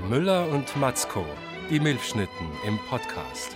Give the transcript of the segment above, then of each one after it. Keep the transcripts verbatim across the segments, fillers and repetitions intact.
Müller und Matzko, die Milchschnitten im Podcast.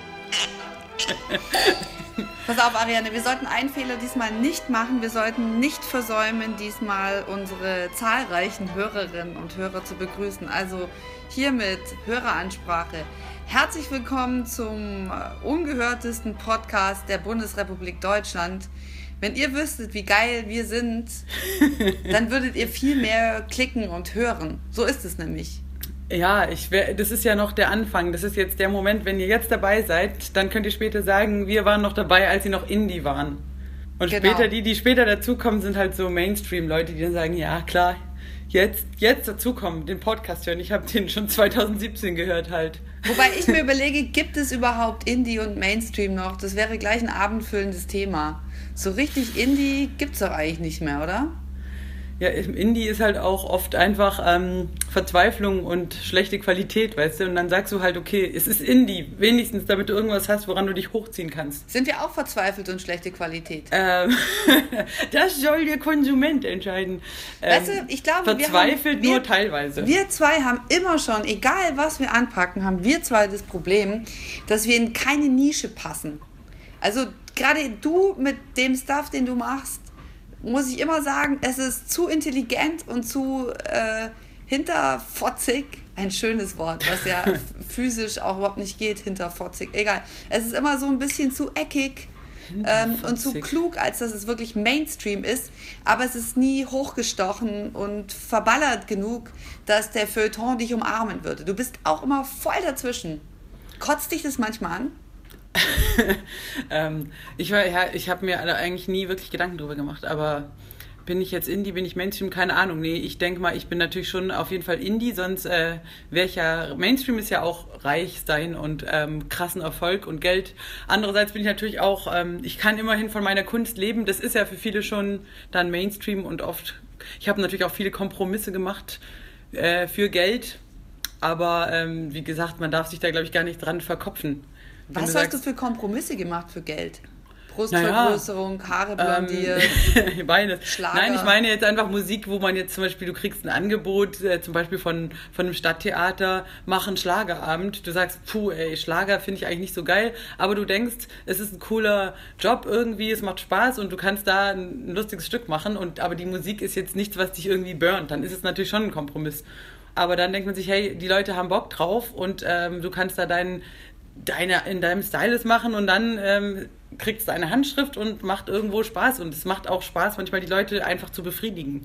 Pass auf, Ariane, wir sollten einen Fehler diesmal nicht machen. Wir sollten nicht versäumen, diesmal unsere zahlreichen Hörerinnen und Hörer zu begrüßen. Also hiermit Höreransprache. Herzlich willkommen zum ungehörtesten Podcast der Bundesrepublik Deutschland. Wenn ihr wüsstet, wie geil wir sind, dann würdet ihr viel mehr klicken und hören. So ist es nämlich. Ja, ich wär, das ist ja noch der Anfang. Das ist jetzt der Moment, wenn ihr jetzt dabei seid, dann könnt ihr später sagen, wir waren noch dabei, als sie noch Indie waren. Und genau. später, die, die später dazukommen, sind halt so Mainstream-Leute, die dann sagen, ja klar, jetzt, jetzt dazukommen, den Podcast hören. Ich habe den schon zwanzig siebzehn gehört halt. Wobei ich mir überlege, gibt es überhaupt Indie und Mainstream noch? Das wäre gleich ein abendfüllendes Thema. So richtig Indie gibt's doch eigentlich nicht mehr, oder? Ja, Indie ist halt auch oft einfach ähm, Verzweiflung und schlechte Qualität, weißt du? Und dann sagst du halt, okay, es ist Indie, wenigstens, damit du irgendwas hast, woran du dich hochziehen kannst. Sind wir auch verzweifelt und schlechte Qualität? Ähm, das soll der Konsument entscheiden. Ähm, weißt du, ich glaube, verzweifelt wir haben, nur wir, teilweise. Wir zwei haben immer schon, egal was wir anpacken, haben wir zwei das Problem, dass wir in keine Nische passen. Also gerade du mit dem Stuff, den du machst, muss ich immer sagen, es ist zu intelligent und zu äh, hinterfotzig. Ein schönes Wort, was ja physisch auch überhaupt nicht geht, hinterfotzig. Egal. Es ist immer so ein bisschen zu eckig ähm, und zu klug, als dass es wirklich Mainstream ist. Aber es ist nie hochgestochen und verballert genug, dass der Feuilleton dich umarmen würde. Du bist auch immer voll dazwischen. Kotzt dich das manchmal an? ähm, ich war, ja, ich habe mir eigentlich nie wirklich Gedanken drüber gemacht, aber bin ich jetzt Indie, bin ich Mainstream? Keine Ahnung. Nee, ich denke mal, ich bin natürlich schon auf jeden Fall Indie, sonst äh, wäre ich ja, Mainstream ist ja auch reich sein und ähm, krassen Erfolg und Geld. Andererseits bin ich natürlich auch, ähm, ich kann immerhin von meiner Kunst leben, das ist ja für viele schon dann Mainstream und oft, ich habe natürlich auch viele Kompromisse gemacht äh, für Geld, aber ähm, wie gesagt, man darf sich da glaube ich gar nicht dran verkopfen. Was hast sagst, du für Kompromisse gemacht für Geld? Brustvergrößerung, naja, Haare blondiert, ähm, beides. Schlager. Nein, ich meine jetzt einfach Musik, wo man jetzt zum Beispiel, du kriegst ein Angebot, äh, zum Beispiel von, von einem Stadttheater, mach einen Schlagerabend. Du sagst, puh, ey, Schlager finde ich eigentlich nicht so geil, aber du denkst, es ist ein cooler Job irgendwie, es macht Spaß und du kannst da ein, ein lustiges Stück machen, und aber die Musik ist jetzt nichts, was dich irgendwie burnt. Dann ist es natürlich schon ein Kompromiss. Aber dann denkt man sich, hey, die Leute haben Bock drauf und ähm, du kannst da deinen deine in deinem Stylus machen und dann ähm, kriegst du eine Handschrift und macht irgendwo Spaß. Und es macht auch Spaß, manchmal die Leute einfach zu befriedigen.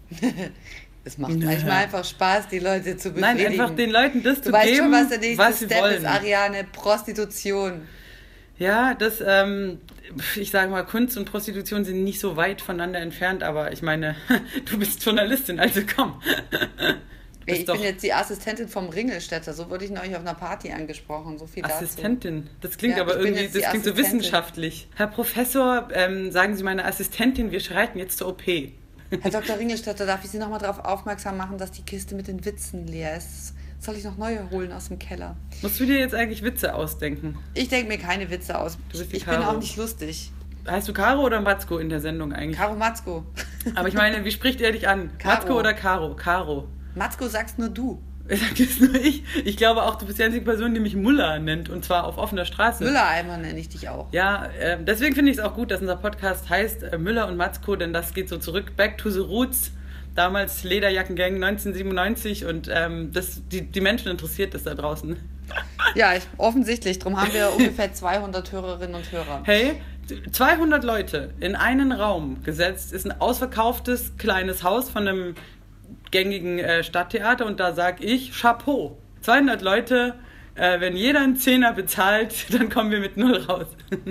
Es macht manchmal einfach Spaß, die Leute zu befriedigen. Nein, einfach den Leuten das du zu geben, weißt schon, was der nächste was sie Step wollen. ist, Ariane, Prostitution. Ja, das, ähm, ich sage mal, Kunst und Prostitution sind nicht so weit voneinander entfernt, aber ich meine, du bist Journalistin, also komm. Ich bin jetzt die Assistentin vom Ringelstädter, so wurde ich neulich auf einer Party angesprochen, so viel dazu. Assistentin, das klingt ja, aber irgendwie, das klingt so wissenschaftlich. Herr Professor, ähm, sagen Sie meine Assistentin, wir schreiten jetzt zur O P. Herr Doktor Ringelstädter, darf ich Sie nochmal darauf aufmerksam machen, dass die Kiste mit den Witzen leer ist? Soll ich noch neue holen aus dem Keller? Musst du dir jetzt eigentlich Witze ausdenken? Ich denke mir keine Witze aus. Du bist die ich Caro. bin auch nicht lustig. Heißt du Caro oder Matzko in der Sendung eigentlich? Caro Matzko. Aber ich meine, wie spricht er dich an? Caro. Matzko oder Caro? Caro. Matzko sagst nur du. Sag es nur ich. Ich glaube auch, du bist die einzige Person, die mich Muller nennt. Und zwar auf offener Straße. Müllereimer nenne ich dich auch. Ja, äh, deswegen finde ich es auch gut, dass unser Podcast heißt äh, Müller und Matzko, denn das geht so zurück. Back to the roots. Damals Lederjackengang neunzehnhundertsiebenundneunzig. Und ähm, das, die, die Menschen interessiert das da draußen. Ja, ich, offensichtlich. Darum haben wir ungefähr zweihundert Hörerinnen und Hörer. Hey, zweihundert Leute in einen Raum gesetzt, ist ein ausverkauftes kleines Haus von einem gängigen äh, Stadttheater, und da sag ich Chapeau. zweihundert Leute, äh, wenn jeder einen Zehner bezahlt, dann kommen wir mit null raus.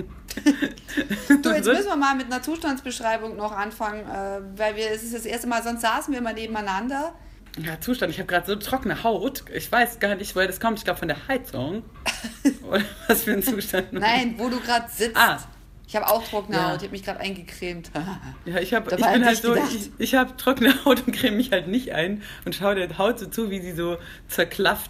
Du, jetzt müssen wir mal mit einer Zustandsbeschreibung noch anfangen, äh, weil wir, es ist das erste Mal, sonst saßen wir immer nebeneinander. Ja, Zustand, ich habe gerade so trockene Haut, ich weiß gar nicht, woher das kommt, ich glaube von der Heizung. Oder was für ein Zustand. Nein, wo du gerade sitzt. Ah. Ich habe auch trockene Ja. Haut, ich habe mich gerade eingecremt. Ja, ich, hab, ich Dabei bin hätte halt ich so, gedacht. ich, ich habe trockene Haut und creme mich halt nicht ein und schaue der Haut so zu, wie sie so zerklafft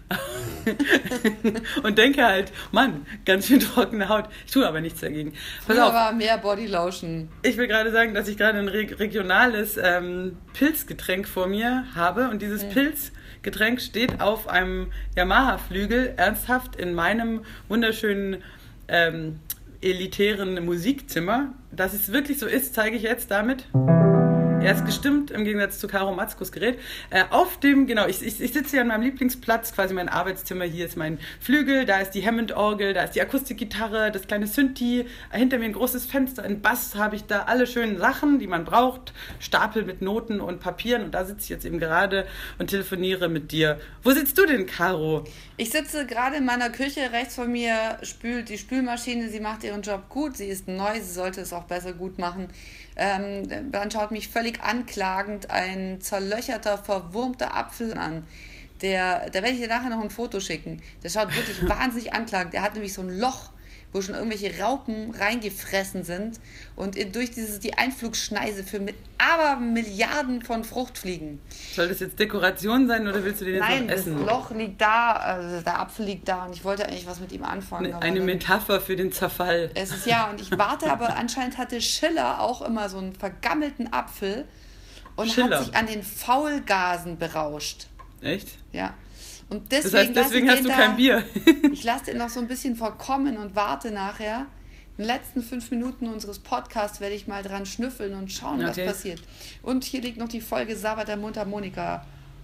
Und denke halt, Mann, ganz schön trockene Haut. Ich tue aber nichts dagegen. Pass Früher auf. war mehr Bodylotion. Ich will gerade sagen, dass ich gerade ein re- regionales ähm, Pilzgetränk vor mir habe. Und dieses mhm. Pilzgetränk steht auf einem Yamaha-Flügel, ernsthaft in meinem wunderschönen ähm, elitären Musikzimmer. Dass es wirklich so ist, zeige ich jetzt damit. Er ist gestimmt, im Gegensatz zu Caro Matzkos Gerät. Äh, auf dem, genau, ich, ich, ich sitze hier an meinem Lieblingsplatz, quasi mein Arbeitszimmer. Hier ist mein Flügel, da ist die Hammond-Orgel, da ist die Akustikgitarre, das kleine Synthi. Hinter mir ein großes Fenster, ein Bass habe ich da alle schönen Sachen, die man braucht. Stapel mit Noten und Papieren. Und da sitze ich jetzt eben gerade und telefoniere mit dir. Wo sitzt du denn, Caro? Ich sitze gerade in meiner Küche. Rechts von mir spült die Spülmaschine. Sie macht ihren Job gut. Sie ist neu. Sie sollte es auch besser gut machen. Ähm, dann schaut mich völlig anklagend ein zerlöcherter, verwurmter Apfel an. Der, da werde ich dir nachher noch ein Foto schicken. Der schaut wirklich wahnsinnig anklagend. Der hat nämlich so ein Loch, wo schon irgendwelche Raupen reingefressen sind und in, durch dieses, die Einflugschneise für mit, aber Milliarden von Fruchtfliegen. Soll das jetzt Dekoration sein oder willst du den jetzt Nein, noch essen? Nein, das Loch liegt da, also der Apfel liegt da und ich wollte eigentlich was mit ihm anfangen. Eine, eine Metapher für den Zerfall. Es ist ja, und ich warte, aber anscheinend hatte Schiller auch immer so einen vergammelten Apfel und Schiller. Hat sich an den Faulgasen berauscht. Echt? Ja. Und deswegen, das heißt, deswegen hast du da, kein Bier. Ich lasse den noch so ein bisschen verkommen und warte nachher. In den letzten fünf Minuten unseres Podcasts werde ich mal dran schnüffeln und schauen, okay. was passiert. Und hier liegt noch die Folge Sabbat der Mundharmonika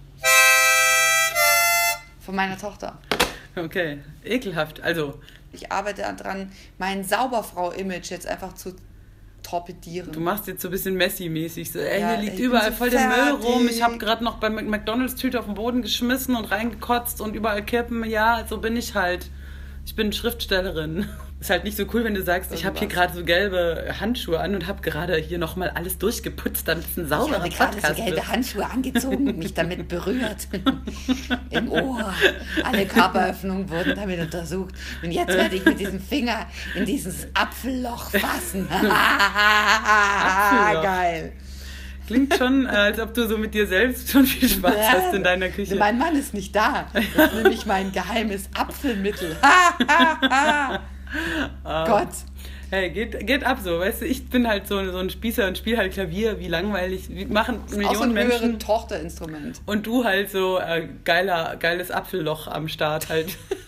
von meiner Tochter. Okay, ekelhaft. Also ich arbeite daran, mein Sauberfrau-Image jetzt einfach zu torpedieren. Du machst jetzt so ein bisschen Messi-mäßig. So, ey, ja, hier liegt überall so voll der Müll rum. Ich habe gerade noch bei McDonalds-Tüte auf den Boden geschmissen und reingekotzt und überall Kippen. Ja, so bin ich halt. Ich bin Schriftstellerin. Ist halt nicht so cool, wenn du sagst, ich habe hier gerade so gelbe Handschuhe an und habe gerade hier nochmal alles durchgeputzt, damit es ein sauberer Podcast ist. Ich habe gerade so gelbe wird. Handschuhe angezogen und mich damit berührt. Im Ohr. Alle Körperöffnungen wurden damit untersucht. Und jetzt werde ich mit diesem Finger in dieses Apfelloch fassen. Apfelloch. Geil. Klingt schon, als ob du so mit dir selbst schon viel Spaß ja, hast in deiner Küche. Mein Mann ist nicht da. Das ist nämlich mein geheimes Apfelmittel. Oh. Gott. Hey, geht, geht ab so, weißt du, ich bin halt so, so ein Spießer und spiele halt Klavier, wie langweilig, wie machen Millionen auch so ein Menschen. Tochterinstrument. Und du halt so äh, geiler, geiles Apfelloch am Start halt.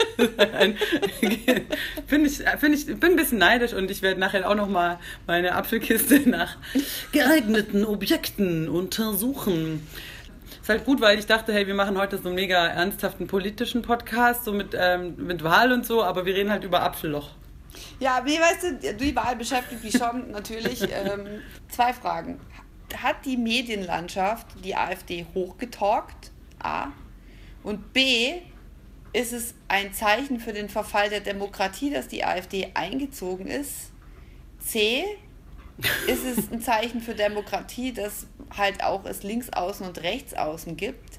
Finde ich, find ich, bin ein bisschen neidisch und ich werde nachher auch nochmal meine Apfelkiste nach geeigneten Objekten untersuchen. Ist halt gut, weil ich dachte, hey, wir machen heute so einen mega ernsthaften politischen Podcast, so mit, ähm, mit Wahl und so, aber wir reden halt über Apfelloch. Ja, wie weißt du, die Wahl beschäftigt mich schon natürlich. Ähm, zwei Fragen. Hat die Medienlandschaft die AfD hochgetalkt? A. Und B. Ist es ein Zeichen für den Verfall der Demokratie, dass die AfD eingezogen ist? C. Ist es ein Zeichen für Demokratie, dass halt auch es Linksaußen und Rechtsaußen gibt?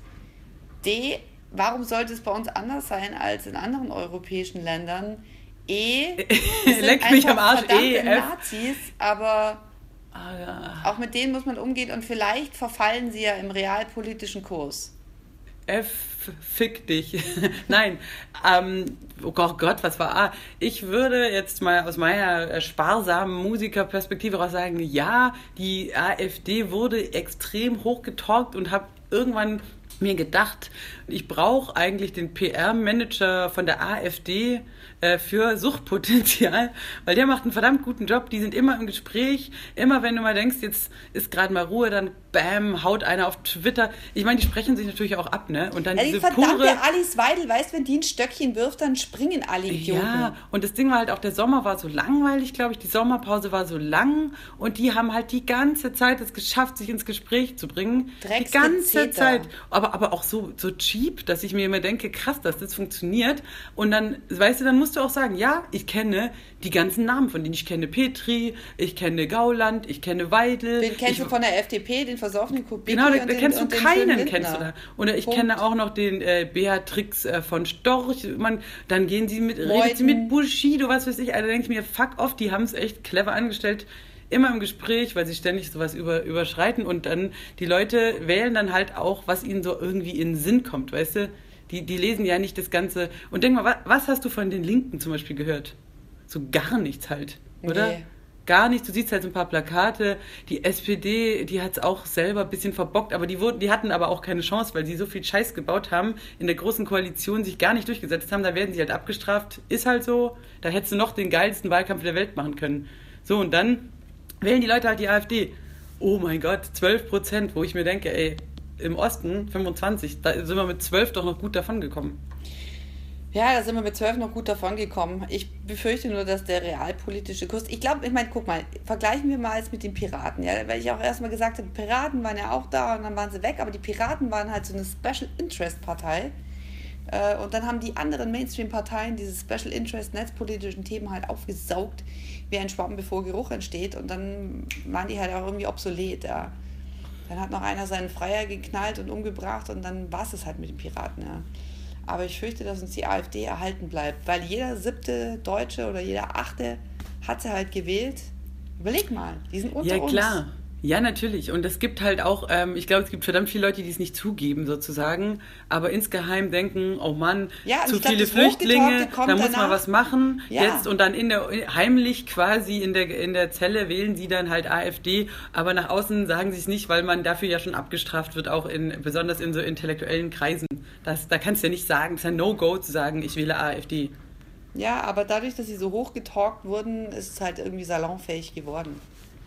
D. Warum sollte es bei uns anders sein als in anderen europäischen Ländern? E. Leck mich am Arsch. E. Nazis, aber ah, ja. auch mit denen muss man umgehen und vielleicht verfallen sie ja im realpolitischen Kurs. F, fick dich. Nein, ähm, oh Gott, was war A? Ich würde jetzt mal aus meiner sparsamen Musikerperspektive raus sagen, ja, die AfD wurde extrem hochgetalkt und habe irgendwann mir gedacht, ich brauche eigentlich den P R-Manager von der AfD äh, für Suchtpotenzial, weil der macht einen verdammt guten Job, die sind immer im Gespräch, immer wenn du mal denkst, jetzt ist gerade mal Ruhe, dann bam, haut einer auf Twitter. Ich meine, die sprechen sich natürlich auch ab, ne? Und dann ja, diese die verdammte pure... Alice Weidel, weißt du, wenn die ein Stöckchen wirft, dann springen alle Idioten. Ja, und das Ding war halt auch, der Sommer war so langweilig, glaube ich, die Sommerpause war so lang und die haben halt die ganze Zeit es geschafft, sich ins Gespräch zu bringen. Die ganze Zeit. Aber, aber auch so, so cheap, dass ich mir immer denke, krass, dass das funktioniert. Und dann, weißt du, dann musst du auch sagen, ja, ich kenne die ganzen Namen von denen. Ich kenne Petri, ich kenne Gauland, ich kenne Weidel. Den kennst ich, du von der F D P, den versoffenen Kubicki. Genau, da, da den, kennst du keinen, kennst du da. Oder ich Punkt. kenne auch noch den äh, Beatrix äh, von Storch. Man, dann gehen sie mit, redet sie mit Bushido, was weiß ich. Also denke ich mir, fuck off, die haben es echt clever angestellt. Immer im Gespräch, weil sie ständig sowas über, überschreiten und dann die Leute wählen dann halt auch, was ihnen so irgendwie in den Sinn kommt, weißt du? Die, die lesen ja nicht das Ganze. Und denk mal, was, was hast du von den Linken zum Beispiel gehört? So gar nichts halt, oder? Nee. Gar nichts. Du siehst halt so ein paar Plakate. Die S P D, die hat es auch selber ein bisschen verbockt, aber die, wurden, die hatten aber auch keine Chance, weil sie so viel Scheiß gebaut haben, in der großen Koalition sich gar nicht durchgesetzt haben. Da werden sie halt abgestraft. Ist halt so. Da hättest du noch den geilsten Wahlkampf der Welt machen können. So, und dann wählen die Leute halt die AfD. Oh mein Gott, zwölf Prozent, wo ich mir denke, ey, im Osten fünfundzwanzig, da sind wir mit zwölf doch noch gut davon gekommen. Ja, da sind wir mit zwölf noch gut davon gekommen. Ich befürchte nur, dass der realpolitische Kurs... Ich glaube, ich meine, guck mal, vergleichen wir mal jetzt mit den Piraten. Ja, weil ich auch erstmal gesagt habe, Piraten waren ja auch da und dann waren sie weg, aber die Piraten waren halt so eine Special Interest Partei. Und dann haben die anderen Mainstream-Parteien diese Special Interest netzpolitischen Themen halt aufgesaugt, wie ein Schwamm, bevor Geruch entsteht. Und dann waren die halt auch irgendwie obsolet. Ja. Dann hat noch einer seinen Freier geknallt und umgebracht und dann war es halt mit den Piraten. Ja. Aber ich fürchte, dass uns die AfD erhalten bleibt, weil jeder siebte Deutsche oder jeder achte hat sie halt gewählt. Überleg mal, die sind unter uns. Ja, klar. Ja, natürlich. Und es gibt halt auch, ähm, ich glaube, es gibt verdammt viele Leute, die es nicht zugeben, sozusagen, aber insgeheim denken, oh Mann, ja, zu glaub, viele Flüchtlinge, da muss danach. man was machen. Ja. Jetzt und dann in der, heimlich quasi in der, in der Zelle wählen sie dann halt AfD, aber nach außen sagen sie es nicht, weil man dafür ja schon abgestraft wird, auch in, besonders in so intellektuellen Kreisen. Das, da kannst du ja nicht sagen, es ist ein No-Go zu sagen, ich wähle AfD. Ja, aber dadurch, dass sie so hochgetalkt wurden, ist es halt irgendwie salonfähig geworden.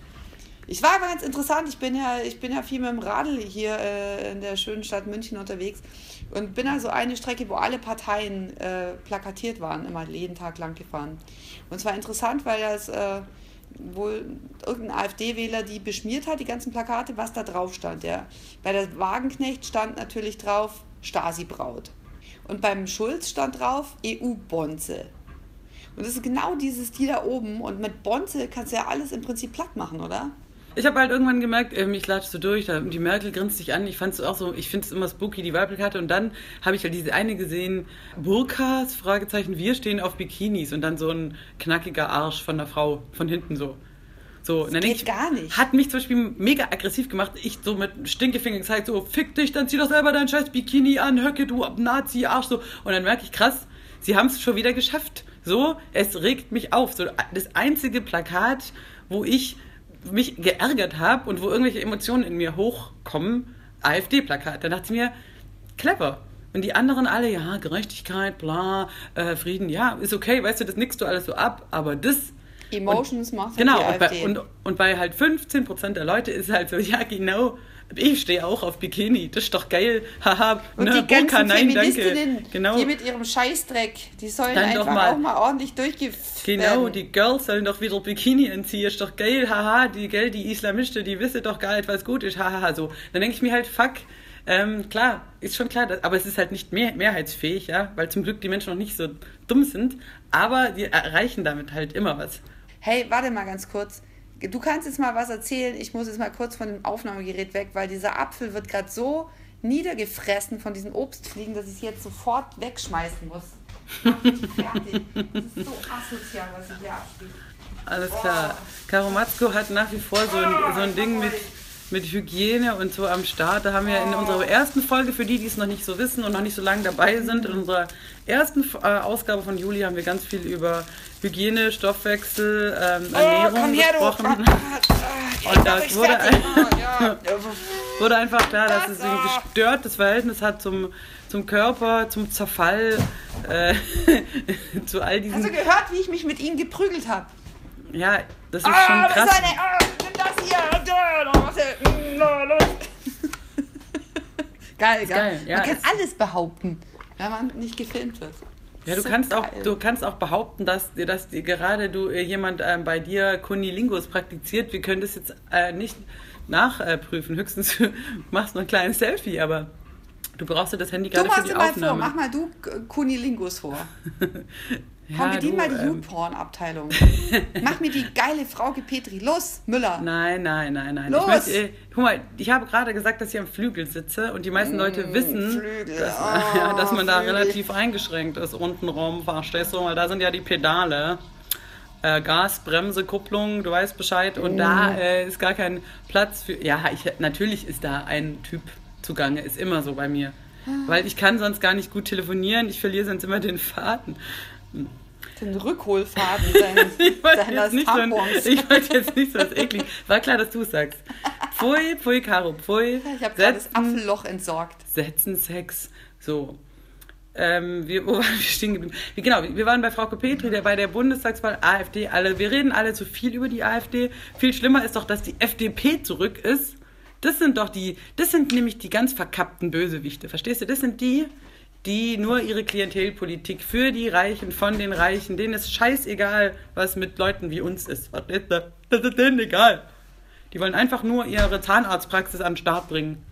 Ich war aber ganz interessant, ich bin ja, ich bin ja viel mit dem Radl hier äh, in der schönen Stadt München unterwegs und bin also eine Strecke, wo alle Parteien äh, plakatiert waren, immer jeden Tag lang gefahren. Und es war interessant, weil das äh, wohl irgendein AfD-Wähler die beschmiert hat, die ganzen Plakate, was da drauf stand. Ja. Bei der Wagenknecht stand natürlich drauf Stasi-Braut. Und beim Schulz stand drauf E U-Bonze. Und das ist genau dieses, die da oben. Und mit Bonze kannst du ja alles im Prinzip platt machen, oder? Ich habe halt irgendwann gemerkt, ähm, ich latsche so durch, da, die Merkel grinst sich an, ich fand es auch so, ich finde es immer spooky, die Wahlplakate, und dann habe ich halt diese eine gesehen, Burkas, Fragezeichen, wir stehen auf Bikinis, und dann so ein knackiger Arsch von der Frau, von hinten so. So, das geht ich, gar nicht. Hat mich zum Beispiel mega aggressiv gemacht, ich so mit Stinkefinger gezeigt, so, fick dich, dann zieh doch selber dein scheiß Bikini an, Höcke, du Nazi, Arsch, so, und dann merke ich, krass, sie haben es schon wieder geschafft, so, es regt mich auf, so, das einzige Plakat, wo ich mich geärgert habe und wo irgendwelche Emotionen in mir hochkommen, AfD-Plakat. Da dachte ich mir, clever. Und die anderen alle, ja, Gerechtigkeit, bla, äh, Frieden, ja, ist okay, weißt du, das nickst du alles so ab, aber das... Emotions macht halt genau, die AfD. Genau, und, und, und bei halt fünfzehn Prozent der Leute ist halt so, ja, genau, ich stehe auch auf Bikini, das ist doch geil, haha. Und ne, die ganzen Bunker, nein, Feministinnen, genau. Die mit ihrem Scheißdreck, die sollen dann einfach mal, auch mal ordentlich durchgeführt Genau, werden. Die Girls sollen doch wieder Bikini anziehen, ist doch geil, haha, die, gell, die Islamisten, die wissen doch gar nicht, was gut ist, haha, so. Dann denke ich mir halt, fuck, ähm, klar, ist schon klar, dass, aber es ist halt nicht mehr, mehrheitsfähig, ja, weil zum Glück die Menschen noch nicht so dumm sind, aber die erreichen damit halt immer was. Hey, warte mal ganz kurz. Du kannst jetzt mal was erzählen. Ich muss jetzt mal kurz von dem Aufnahmegerät weg, weil dieser Apfel wird gerade so niedergefressen von diesen Obstfliegen, dass ich sie jetzt sofort wegschmeißen muss. Mach mich fertig. Das ist so asozial, was ich hier abspiele. Alles klar. Oh. Caro Matzko hat nach wie vor so ein, so ein Ding mit, mit Hygiene und so am Start. Da haben wir in unserer ersten Folge, für die, die es noch nicht so wissen und noch nicht so lange dabei sind, in unserer ersten äh, Ausgabe von Juli haben wir ganz viel über Hygiene, Stoffwechsel, ähm, Ernährung oh, gesprochen. Oh, und da wurde, ein, ja. wurde einfach klar, dass es ein gestörtes Verhältnis hat zum, zum Körper, zum Zerfall, äh, zu all diesen... Hast du gehört, wie ich mich mit ihnen geprügelt habe? Ja, das ist ah, schon krass. Das ist eine, ah, nimm das hier! Geil, geil. geil. Ja, man kann alles behaupten, wenn man nicht gefilmt wird. Ja, du kannst auch, du kannst auch behaupten, dass, dass die, gerade du jemand ähm, bei dir Kunilingus praktiziert. Wir können das jetzt äh, nicht nachprüfen. Äh, Höchstens du machst noch ein kleines Selfie, aber du brauchst ja das Handy gerade für die Aufnahme. Du mach mal vor, mach mal du Kunilingus vor. Ja, Komm, bedien mal die ähm, YouPorn-Abteilung. Mach mir die geile Frauke Petri. Los, Müller. Nein, nein, nein, nein. Los. Ich, möchte, äh, guck mal, ich habe gerade gesagt, dass ich am Flügel sitze und die meisten mmh, Leute wissen, Flügel. dass, oh, ja, dass man Flügel. da relativ eingeschränkt ist untenrum, verstehst du? Weil da sind ja die Pedale. Äh, Gas, Bremse, Kupplung, du weißt Bescheid. Und mmh. da äh, ist gar kein Platz für... Ja, ich, natürlich ist da ein Typ zugange, ist immer so bei mir. weil ich kann sonst gar nicht gut telefonieren. Ich verliere sonst immer den Faden. Den Rückholfaden deines, ich wollte deines jetzt, Tampons. So ich wollte jetzt nicht so was eklig. War klar, dass du es sagst. Pfui, pfui, Caro, pfui. Ich habe gerade das Apfelloch entsorgt. Setzen, Sex. So. Ähm, wir, wo waren wir stehen geblieben? Wie, genau, wir waren bei Frau Petri, der bei der Bundestagswahl AfD. Alle, wir reden alle zu viel über die AfD. Viel schlimmer ist doch, dass die F D P zurück ist. Das sind doch die, das sind nämlich die ganz verkappten Bösewichte. Verstehst du? Das sind die, die nur ihre Klientelpolitik für die Reichen, von den Reichen, denen ist scheißegal, was mit Leuten wie uns ist. Das ist denen egal. Die wollen einfach nur ihre Zahnarztpraxis an den Start bringen.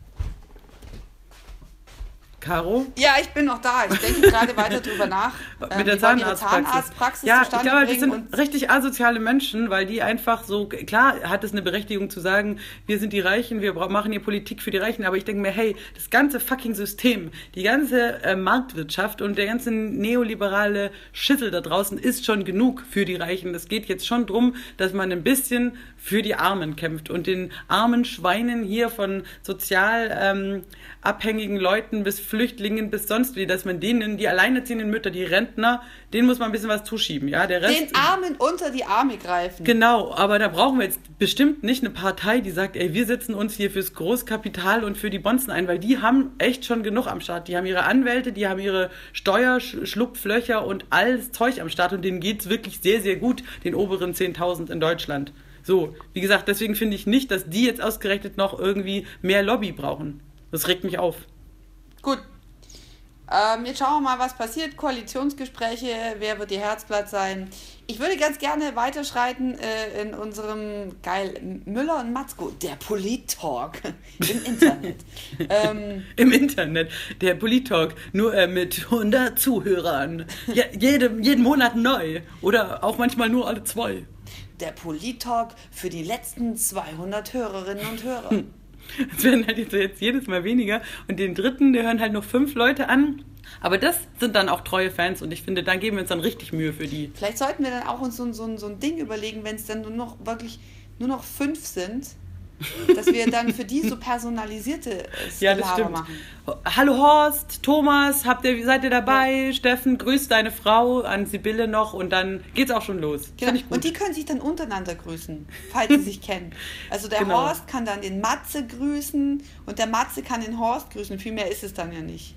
Caro? Ja, ich bin noch da. Ich denke gerade weiter drüber nach. Mit ähm, der Zahnarztpraxis. Zahnarztpraxis ja, ich glaube, das sind richtig asoziale Menschen, weil die einfach so, klar hat es eine Berechtigung zu sagen, wir sind die Reichen, wir machen hier Politik für die Reichen, aber ich denke mir, hey, das ganze fucking System, die ganze äh, Marktwirtschaft und der ganze neoliberale Schissel da draußen ist schon genug für die Reichen. Es geht jetzt schon drum, dass man ein bisschen für die Armen kämpft und den armen Schweinen hier von sozial ähm, abhängigen Leuten bis Flüchtlingen bis sonst wie, dass man denen, die alleinerziehenden Mütter, die Rentner, denen muss man ein bisschen was zuschieben, ja, der Rest... Den Armen unter die Arme greifen. Genau, aber da brauchen wir jetzt bestimmt nicht eine Partei, die sagt, ey, wir setzen uns hier fürs Großkapital und für die Bonzen ein, weil die haben echt schon genug am Start. Die haben ihre Anwälte, die haben ihre Steuerschlupflöcher und alles Zeug am Start und denen geht's wirklich sehr, sehr gut, den oberen zehntausend in Deutschland. So, wie gesagt, deswegen finde ich nicht, dass die jetzt ausgerechnet noch irgendwie mehr Lobby brauchen. Das regt mich auf. Gut. Ähm, jetzt schauen wir mal, was passiert. Koalitionsgespräche, wer wird ihr Herzblatt sein? Ich würde ganz gerne weiterschreiten äh, in unserem, geil, Müller und Matzko, der Polit-Talk im Internet. ähm, Im Internet, der Polit-Talk, nur äh, mit hundert Zuhörern. Ja, jede, jeden Monat neu oder auch manchmal nur alle zwei. Der Polit-Talk für die letzten zweihundert Hörerinnen und Hörer. Es werden halt jetzt, jetzt jedes Mal weniger und den dritten, der hören halt noch fünf Leute an. Aber das sind dann auch treue Fans und ich finde, dann geben wir uns dann richtig Mühe für die. Vielleicht sollten wir dann auch uns so, so, so ein Ding überlegen, wenn es dann nur noch wirklich nur noch fünf sind, dass wir dann für die so personalisierte ja, das stimmt. machen. Hallo Horst, Thomas, habt ihr, seid ihr dabei? Ja. Steffen, grüß deine Frau, an Sibylle noch und dann geht's auch schon los. Genau. Und die können sich dann untereinander grüßen, falls sie sich kennen. Also der genau. Horst kann dann den Matze grüßen und der Matze kann den Horst grüßen. Viel mehr ist es dann ja nicht.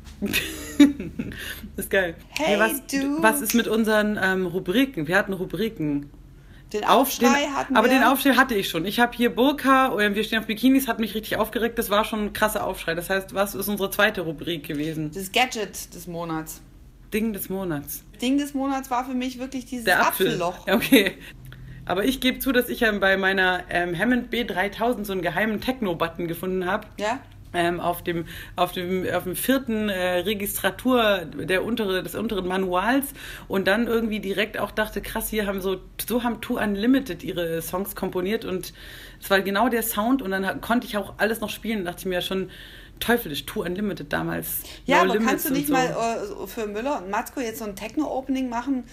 Das ist geil. Hey, hey was, du. was ist mit unseren ähm, Rubriken? Wir hatten Rubriken. Den Aufschrei den, hatten aber wir. den Aufschrei hatte ich schon. Ich habe hier Burka, wir stehen auf Bikinis, hat mich richtig aufgeregt. Das war schon ein krasser Aufschrei. Das heißt, was ist unsere zweite Rubrik gewesen? Das Gadget des Monats. Ding des Monats. Ding des Monats war für mich wirklich dieses Der Apfel. Apfelloch. Okay. Aber ich gebe zu, dass ich ähm, bei meiner ähm, Hammond B dreitausend so einen geheimen Techno-Button gefunden habe. Ja? Ähm, auf dem auf dem auf dem vierten äh, Registratur der untere des unteren Manuals und dann irgendwie direkt auch dachte, krass, hier haben so so haben Two Unlimited ihre Songs komponiert und es war genau der Sound und dann konnte ich auch alles noch spielen, dachte ich mir ja schon teuflisch, Two Unlimited damals. Ja, no aber kannst du nicht so. mal äh, für Müller und Matzko jetzt so ein Techno-Opening machen?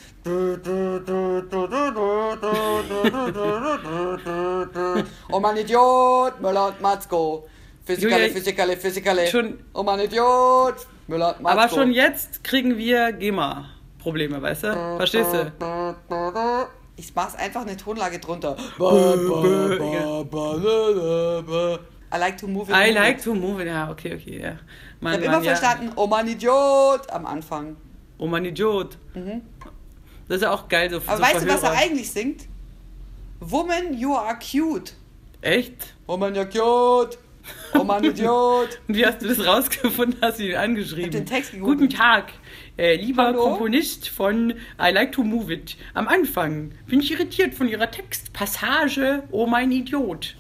Oh mein Idiot, Müller und Matzko. Physikale, Physikale, Physikale. Schon, oh mein Idiot. Müller, Matzko. Aber schon jetzt kriegen wir GEMA-Probleme, weißt du? Verstehst du? Ich mach's einfach eine Tonlage drunter. I like to move it. I like it. to move it, ja, okay, okay, ja. Mann, ich habe immer ja. verstanden, oh mein Idiot, am Anfang. Oh mein Idiot. Mhm. Das ist ja auch geil. So, aber so weißt Verhörer. du, was er eigentlich singt? Woman, you are cute. Echt? Oh mein Idiot. Oh mein Idiot. Und wie hast du das rausgefunden? Hast du ihn angeschrieben? Ich hab den Text gegoogelt. Guten Tag, äh, lieber Hallo? Komponist von I Like to Move It. Am Anfang bin ich irritiert von Ihrer Textpassage. Oh mein Idiot.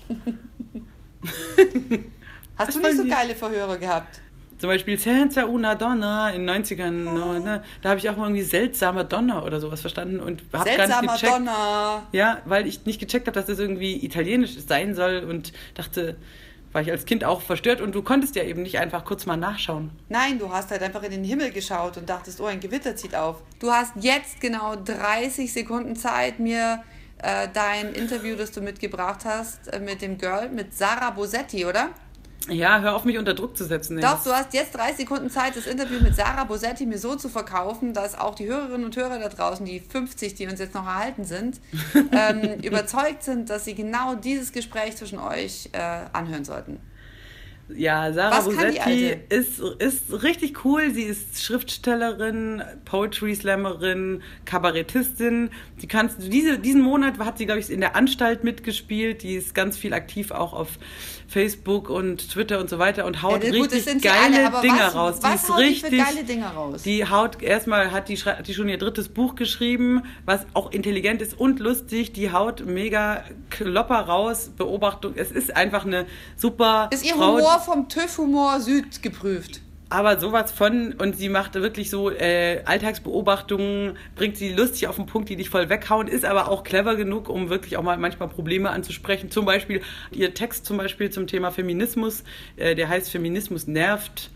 Hast das du nicht so geile Verhörer gehabt? Zum Beispiel Senza una Donna in den neunzigern, oh. ne, da habe ich auch mal irgendwie seltsamer Donner oder sowas verstanden und habe gar nicht gecheckt. Donner. Ja, weil ich nicht gecheckt habe, dass das irgendwie italienisch sein soll und dachte, war ich als Kind auch verstört und du konntest ja eben nicht einfach kurz mal nachschauen. Nein, du hast halt einfach in den Himmel geschaut und dachtest, oh, ein Gewitter zieht auf. Du hast jetzt genau dreißig Sekunden Zeit, mir äh, dein Interview, das du mitgebracht hast, äh, mit dem Girl, mit Sarah Bosetti, oder? Ja, hör auf, mich unter Druck zu setzen. Ey. Doch, du hast jetzt dreißig Sekunden Zeit, das Interview mit Sarah Bosetti mir so zu verkaufen, dass auch die Hörerinnen und Hörer da draußen, die fünfzig, die uns jetzt noch erhalten sind, ähm, überzeugt sind, dass sie genau dieses Gespräch zwischen euch äh, anhören sollten. Ja, Sarah Bosetti ist, ist richtig cool. Sie ist Schriftstellerin, Poetry Slammerin, Kabarettistin. Die kannst, diese, diesen Monat hat sie, glaube ich, in der Anstalt mitgespielt. Die ist ganz viel aktiv auch auf Facebook und Twitter und so weiter und haut ja, gut, richtig geile alle, Dinger was, raus. Die was ist haut richtig, die für geile Dinger raus? Die haut, erstmal hat die, hat die schon ihr drittes Buch geschrieben, was auch intelligent ist und lustig. Die haut mega Klopper raus, Beobachtung. Es ist einfach eine super Ist ihr Frau, Humor vom TÜV Humor Süd geprüft? Aber sowas von, und sie macht wirklich so äh, Alltagsbeobachtungen, bringt sie lustig auf den Punkt, die dich voll weghauen, ist aber auch clever genug, um wirklich auch mal manchmal Probleme anzusprechen. Zum Beispiel ihr Text zum Beispiel zum Thema Feminismus, äh, der heißt Feminismus nervt.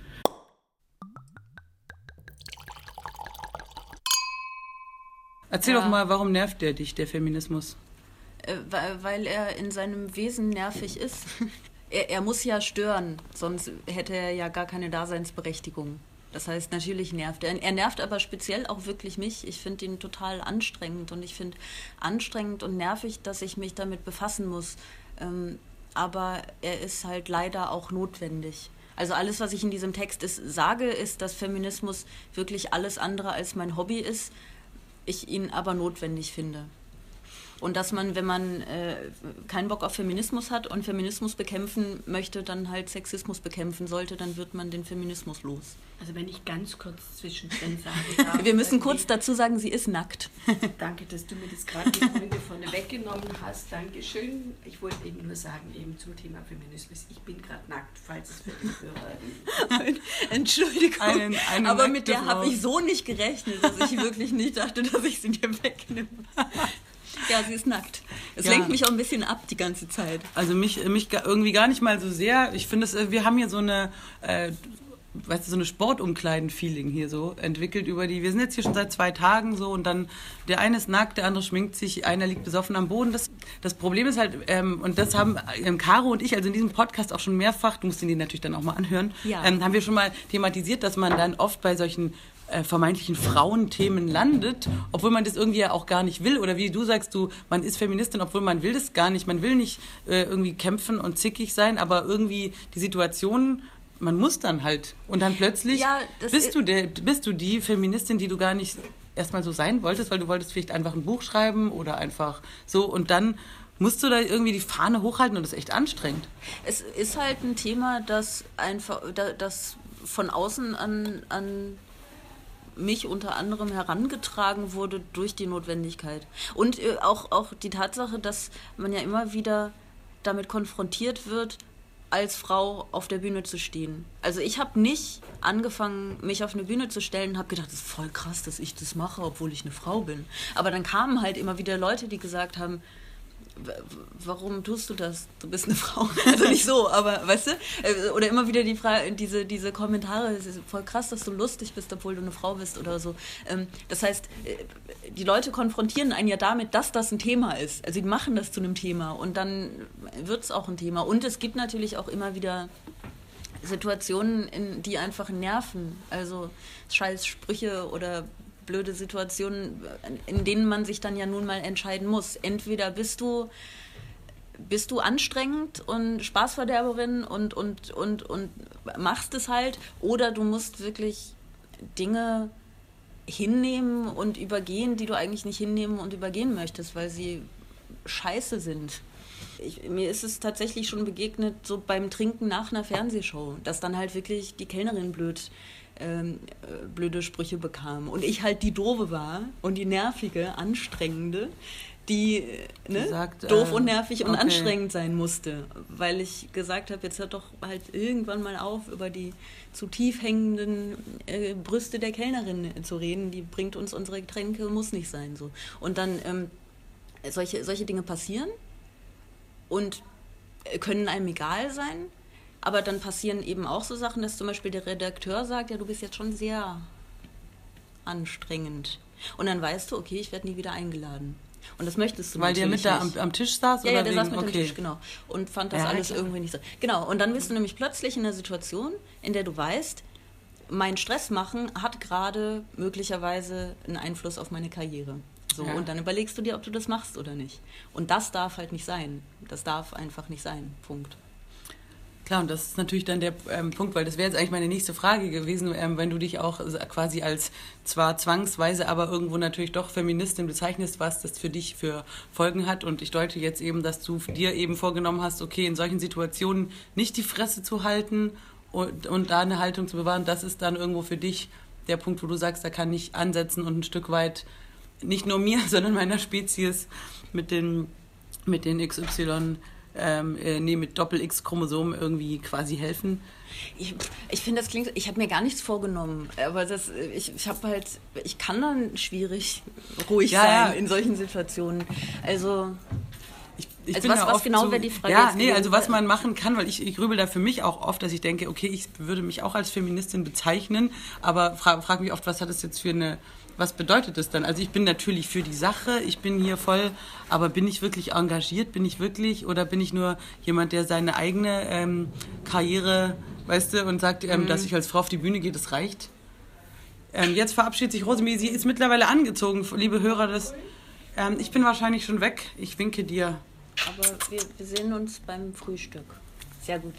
Erzähl ja. doch mal, warum nervt der dich, der Feminismus? Äh, weil er in seinem Wesen nervig ist. Er, er muss ja stören, sonst hätte er ja gar keine Daseinsberechtigung. Das heißt, natürlich nervt er. Er nervt aber speziell auch wirklich mich. Ich finde ihn total anstrengend und ich finde anstrengend und nervig, dass ich mich damit befassen muss. Ähm, aber er ist halt leider auch notwendig. Also alles, was ich in diesem Text ist, sage, ist, dass Feminismus wirklich alles andere als mein Hobby ist, ich ihn aber notwendig finde. Und dass man, wenn man äh, keinen Bock auf Feminismus hat und Feminismus bekämpfen möchte, dann halt Sexismus bekämpfen sollte, dann wird man den Feminismus los. Also wenn ich ganz kurz zwischendrin sage darf. Wir müssen kurz dazu sagen, sie ist nackt. Danke, dass du mir das gerade die Folge vorne weggenommen hast. Dankeschön. Ich wollte eben nur sagen, eben zum Thema Feminismus, ich bin gerade nackt, falls es für den Hörer ist. Entschuldigung, eine, eine aber mit der habe ich so nicht gerechnet, dass ich wirklich nicht dachte, dass ich sie dir wegnehme. Ja, sie ist nackt. Es ja. lenkt mich auch ein bisschen ab die ganze Zeit. Also mich, mich irgendwie gar nicht mal so sehr. Ich finde, wir haben hier so eine, äh, weißt du, so eine Sportumkleiden-Feeling hier so entwickelt über die. Wir sind jetzt hier schon seit zwei Tagen so und dann der eine ist nackt, der andere schminkt sich, einer liegt besoffen am Boden. Das, das Problem ist halt, ähm, und das haben ähm, Caro und ich, also in diesem Podcast auch schon mehrfach, du musst ihn natürlich dann auch mal anhören, ja. ähm, haben wir schon mal thematisiert, dass man dann oft bei solchen Äh, vermeintlichen Frauenthemen landet, obwohl man das irgendwie ja auch gar nicht will. Oder wie du sagst, du, man ist Feministin, obwohl man will das gar nicht. Man will nicht äh, irgendwie kämpfen und zickig sein, aber irgendwie die Situation, man muss dann halt. Und dann plötzlich ja, bist, du der, bist du die Feministin, die du gar nicht erstmal so sein wolltest, weil du wolltest vielleicht einfach ein Buch schreiben oder einfach so. Und dann musst du da irgendwie die Fahne hochhalten und das ist echt anstrengend. Es ist halt ein Thema, das einfach, das von außen an, an mich unter anderem herangetragen wurde durch die Notwendigkeit. Und äh, auch, auch die Tatsache, dass man ja immer wieder damit konfrontiert wird, als Frau auf der Bühne zu stehen. Also ich habe nicht angefangen, mich auf eine Bühne zu stellen und habe gedacht, das ist voll krass, dass ich das mache, obwohl ich eine Frau bin. Aber dann kamen halt immer wieder Leute, die gesagt haben, warum tust du das? Du bist eine Frau. Also nicht so, aber weißt du? Oder immer wieder die Frage, diese, diese Kommentare, es ist voll krass, dass du lustig bist, obwohl du eine Frau bist oder so. Das heißt, die Leute konfrontieren einen ja damit, dass das ein Thema ist. Also sie machen das zu einem Thema und dann wird es auch ein Thema. Und es gibt natürlich auch immer wieder Situationen, in, die einfach nerven. Also scheiß Sprüche oder blöde Situationen, in denen man sich dann ja nun mal entscheiden muss. Entweder bist du, bist du anstrengend und Spaßverderberin und, und, und, und machst es halt, oder du musst wirklich Dinge hinnehmen und übergehen, die du eigentlich nicht hinnehmen und übergehen möchtest, weil sie scheiße sind. Ich, mir ist es tatsächlich schon begegnet, so beim Trinken nach einer Fernsehshow, dass dann halt wirklich die Kellnerin blöd Ähm, äh, blöde Sprüche bekam. Und ich halt die Doofe war und die nervige, anstrengende, die, äh, ne, sagt, doof äh, und nervig und okay. anstrengend sein musste. Weil ich gesagt habe, jetzt hört doch halt irgendwann mal auf, über die zu tief hängenden äh, Brüste der Kellnerin zu reden. Die bringt uns unsere Getränke, muss nicht sein. So. Und dann ähm, solche, solche Dinge passieren und können einem egal sein. Aber dann passieren eben auch so Sachen, dass zum Beispiel der Redakteur sagt, ja, du bist jetzt schon sehr anstrengend. Und dann weißt du, okay, ich werde nie wieder eingeladen. Und das möchtest du Weil natürlich der mit da am, am Tisch saß? Ja, oder ja, der wegen, saß mit okay. am Tisch, genau. Und fand das ja, alles klar. irgendwie nicht so. Genau, und dann bist du nämlich plötzlich in einer Situation, in der du weißt, mein Stress machen hat gerade möglicherweise einen Einfluss auf meine Karriere. So, ja. Und dann überlegst du dir, ob du das machst oder nicht. Und das darf halt nicht sein. Das darf einfach nicht sein. Punkt. Klar, und das ist natürlich dann der ähm, Punkt, weil das wäre jetzt eigentlich meine nächste Frage gewesen, ähm, wenn du dich auch quasi als zwar zwangsweise, aber irgendwo natürlich doch Feministin bezeichnest, was das für dich für Folgen hat. Und ich deute jetzt eben, dass du dir eben vorgenommen hast, okay, in solchen Situationen nicht die Fresse zu halten und, und da eine Haltung zu bewahren. Das ist dann irgendwo für dich der Punkt, wo du sagst, da kann ich ansetzen und ein Stück weit nicht nur mir, sondern meiner Spezies mit den, mit den X Y Ähm, äh, nee, mit Doppel-X-Chromosomen irgendwie quasi helfen. Ich, ich finde, das klingt, ich habe mir gar nichts vorgenommen, aber das, ich, ich habe halt, ich kann dann schwierig ruhig ja, sein ja. in solchen Situationen. Also, ich, ich also bin was, da was genau so, wäre die Frage? Ja, jetzt nee, gewesen? also was man machen kann, weil ich, ich grübel da für mich auch oft, dass ich denke, okay, ich würde mich auch als Feministin bezeichnen, aber frage frag mich oft, was hat das jetzt für eine, was bedeutet das dann? Also ich bin natürlich für die Sache, ich bin hier voll, aber bin ich wirklich engagiert, bin ich wirklich, oder bin ich nur jemand, der seine eigene ähm, Karriere, weißt du, und sagt, ähm, mhm. dass ich als Frau auf die Bühne gehe, das reicht. Ähm, jetzt verabschiedet sich Rosemary, sie ist mittlerweile angezogen, liebe Hörer, das, ähm, ich bin wahrscheinlich schon weg, ich winke dir. Aber wir, wir sehen uns beim Frühstück. Sehr gut.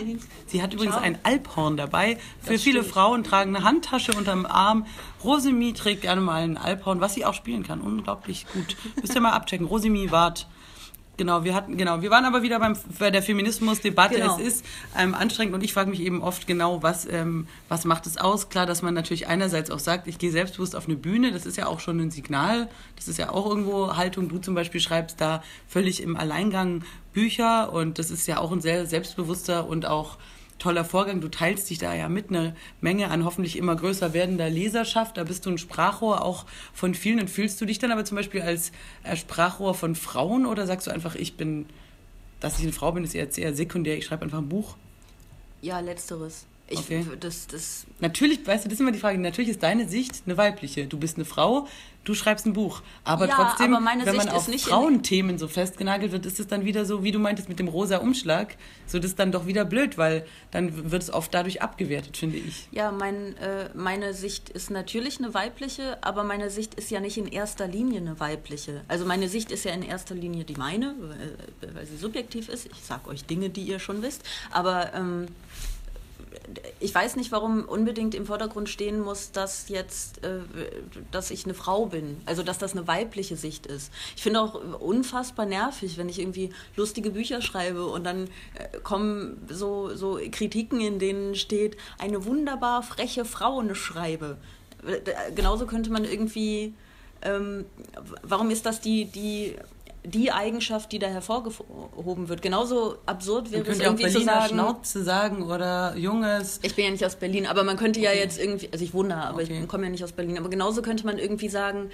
Sie hat übrigens Ciao. ein Alphorn dabei. Für Das viele stimmt. Frauen tragen eine Handtasche unterm Arm. Rosemary trägt gerne mal ein Alphorn, was sie auch spielen kann. Unglaublich gut. Müsst ihr mal abchecken. Rosemary Wart. Genau, wir hatten, genau, wir waren aber wieder beim, bei der Feminismusdebatte. Genau. Es ist ähm, anstrengend und ich frage mich eben oft genau, was, ähm, was macht es aus? Klar, dass man natürlich einerseits auch sagt, ich gehe selbstbewusst auf eine Bühne, das ist ja auch schon ein Signal, das ist ja auch irgendwo Haltung. Du zum Beispiel schreibst da völlig im Alleingang Bücher und das ist ja auch ein sehr selbstbewusster und auch toller Vorgang. Du teilst dich da ja mit einer Menge an hoffentlich immer größer werdender Leserschaft. Da bist du ein Sprachrohr auch von vielen. Und fühlst du dich dann aber zum Beispiel als äh, Sprachrohr von Frauen oder sagst du einfach, ich bin, dass ich eine Frau bin, ist eher, eher sekundär, ich schreibe einfach ein Buch? Ja, letzteres. Ich, Okay. das, das, Natürlich, weißt du, das ist immer die Frage, natürlich ist deine Sicht eine weibliche. Du bist eine Frau, du schreibst ein Buch. Aber Ja, trotzdem, aber meine wenn man Sicht auf ist nicht in- Frauenthemen so festgenagelt wird, ist es dann wieder so, wie du meintest mit dem rosa Umschlag, so das ist dann doch wieder blöd, weil dann wird es oft dadurch abgewertet, finde ich. ja, mein, äh, meine Sicht ist natürlich eine weibliche, aber meine Sicht ist ja nicht in erster Linie eine weibliche. Also meine Sicht ist ja in erster Linie die meine, weil, weil sie subjektiv ist. Ich sage euch Dinge, die ihr schon wisst, aber ähm, ich weiß nicht, warum unbedingt im Vordergrund stehen muss, dass jetzt, äh, dass ich eine Frau bin. Also, dass das eine weibliche Sicht ist. Ich finde auch unfassbar nervig, wenn ich irgendwie lustige Bücher schreibe und dann äh, kommen so, so Kritiken, in denen steht, eine wunderbar freche Frau schreibe. Äh, genauso könnte man irgendwie, ähm, warum ist das die, die die Eigenschaft, die da hervorgehoben wird. Genauso absurd wäre Man es könnte auch irgendwie zu Berliner sagen... Schnauze sagen oder Junges. Ich bin ja nicht aus Berlin, aber man könnte ja Okay. jetzt irgendwie, also ich wohne da, aber Okay. ich komme ja nicht aus Berlin, aber genauso könnte man irgendwie sagen,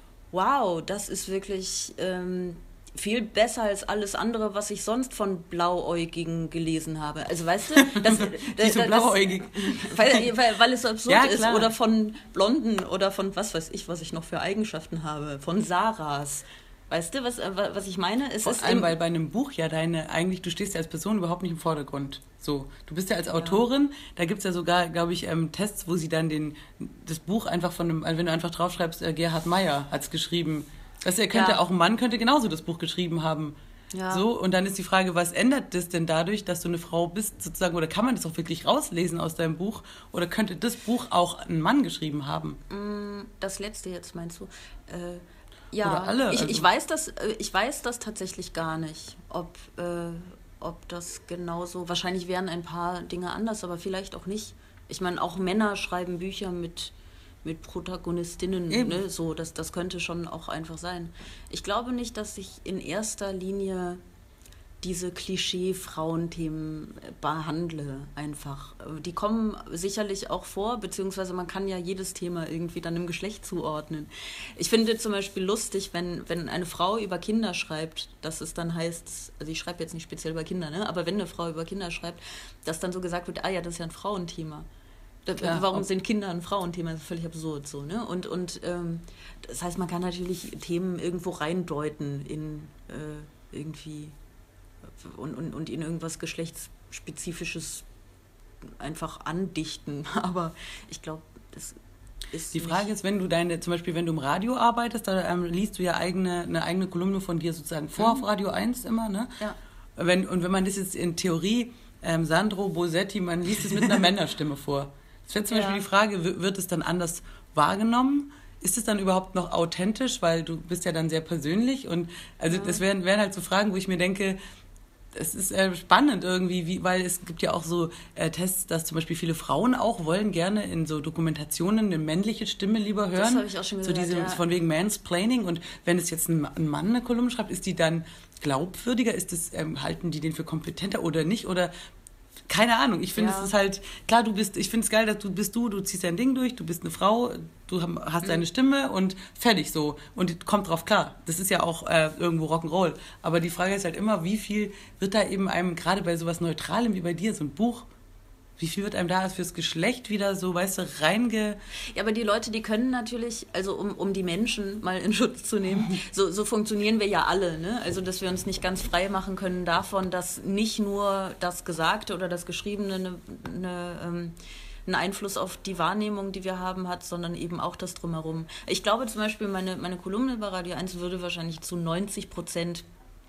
wow, das ist wirklich ähm, viel besser als alles andere, was ich sonst von Blauäugigen gelesen habe. Also weißt du, das, Die so blauäugig. weil, weil, weil es so absurd Ja, ist. klar. Oder von Blonden oder von was weiß ich, was ich noch für Eigenschaften habe. Von Sarahs. Weißt du, was, was ich meine? Es Vor ist allem, im- weil bei einem Buch ja deine, eigentlich, du stehst ja als Person überhaupt nicht im Vordergrund. So, du bist ja als Autorin, da gibt es ja sogar, glaube ich, ähm, Tests, wo sie dann den, das Buch einfach von einem, also wenn du einfach draufschreibst, äh, Gerhard Meyer hat es geschrieben. Weißt du, er könnte Ja. auch ein Mann könnte genauso das Buch geschrieben haben. Ja. So, und dann ist die Frage, was ändert das denn dadurch, dass du eine Frau bist, sozusagen, oder kann man das auch wirklich rauslesen aus deinem Buch? Oder könnte das Buch auch ein Mann geschrieben haben? Das letzte jetzt meinst du? Äh, ja, Oder alle, ich, also- ich, weiß das, äh, ich weiß das tatsächlich gar nicht, ob, äh, ob das genauso, wahrscheinlich wären ein paar Dinge anders, aber vielleicht auch nicht. Ich meine, auch Männer schreiben Bücher mit, mit Protagonistinnen, Eben. ne? So, das, das könnte schon auch einfach sein. Ich glaube nicht, dass ich in erster Linie diese Klischee-Frauenthemen behandle einfach. Die kommen sicherlich auch vor, beziehungsweise man kann ja jedes Thema irgendwie dann im Geschlecht zuordnen. Ich finde zum Beispiel lustig, wenn, wenn eine Frau über Kinder schreibt, dass es dann heißt, also ich schreibe jetzt nicht speziell über Kinder, ne? Aber wenn eine Frau über Kinder schreibt, dass dann so gesagt wird, ah ja, das ist ja ein Frauenthema. Klar, warum sind Kinder ein Frauenthema? Das ist völlig absurd so, ne? Und, und ähm, das heißt, man kann natürlich Themen irgendwo reindeuten in äh, irgendwie und, und, und in irgendwas Geschlechtsspezifisches einfach andichten. Aber ich glaube, das ist die Frage ist, wenn du deine, zum Beispiel, wenn du im Radio arbeitest, da ähm, liest du ja eigene, eine eigene Kolumne von dir sozusagen vor, mhm. auf Radio eins immer, ne? Ja. Wenn, und wenn man das jetzt in Theorie, ähm, Sandro Bosetti, man liest es mit einer Männerstimme vor. Es wäre zum Beispiel Ja. die Frage, wird es dann anders wahrgenommen? Ist es dann überhaupt noch authentisch? Weil du bist ja dann sehr persönlich. Und also das wären, wären halt so Fragen, wo ich mir denke, es ist äh, spannend irgendwie, wie, weil es gibt ja auch so äh, Tests, dass zum Beispiel viele Frauen auch wollen gerne in so Dokumentationen eine männliche Stimme lieber hören. Das habe ich auch schon gehört, so diese, ja. von wegen Mansplaining. Und wenn es jetzt ein, ein Mann eine Kolumne schreibt, ist die dann glaubwürdiger? Ist das, ähm, halten die den für kompetenter oder nicht? Oder keine Ahnung, ich finde, Ja. es ist halt, klar, du bist, ich finde es geil, dass du bist du, du ziehst dein Ding durch, du bist eine Frau, du hast deine Stimme und fertig so. Und kommt drauf klar. Das ist ja auch äh, irgendwo Rock'n'Roll. Aber die Frage ist halt immer, wie viel wird da eben einem, gerade bei sowas Neutralem wie bei dir, so ein Buch, wie viel wird einem da fürs Geschlecht wieder so, weißt du, reinge... Ja, aber die Leute, die können natürlich, also um, um die Menschen mal in Schutz zu nehmen, so, so funktionieren wir ja alle, ne? Also, dass wir uns nicht ganz frei machen können davon, dass nicht nur das Gesagte oder das Geschriebene eine, eine, ähm, einen Einfluss auf die Wahrnehmung, die wir haben, hat, sondern eben auch das Drumherum. Ich glaube zum Beispiel, meine, meine Kolumne bei Radio eins würde wahrscheinlich zu neunzig Prozent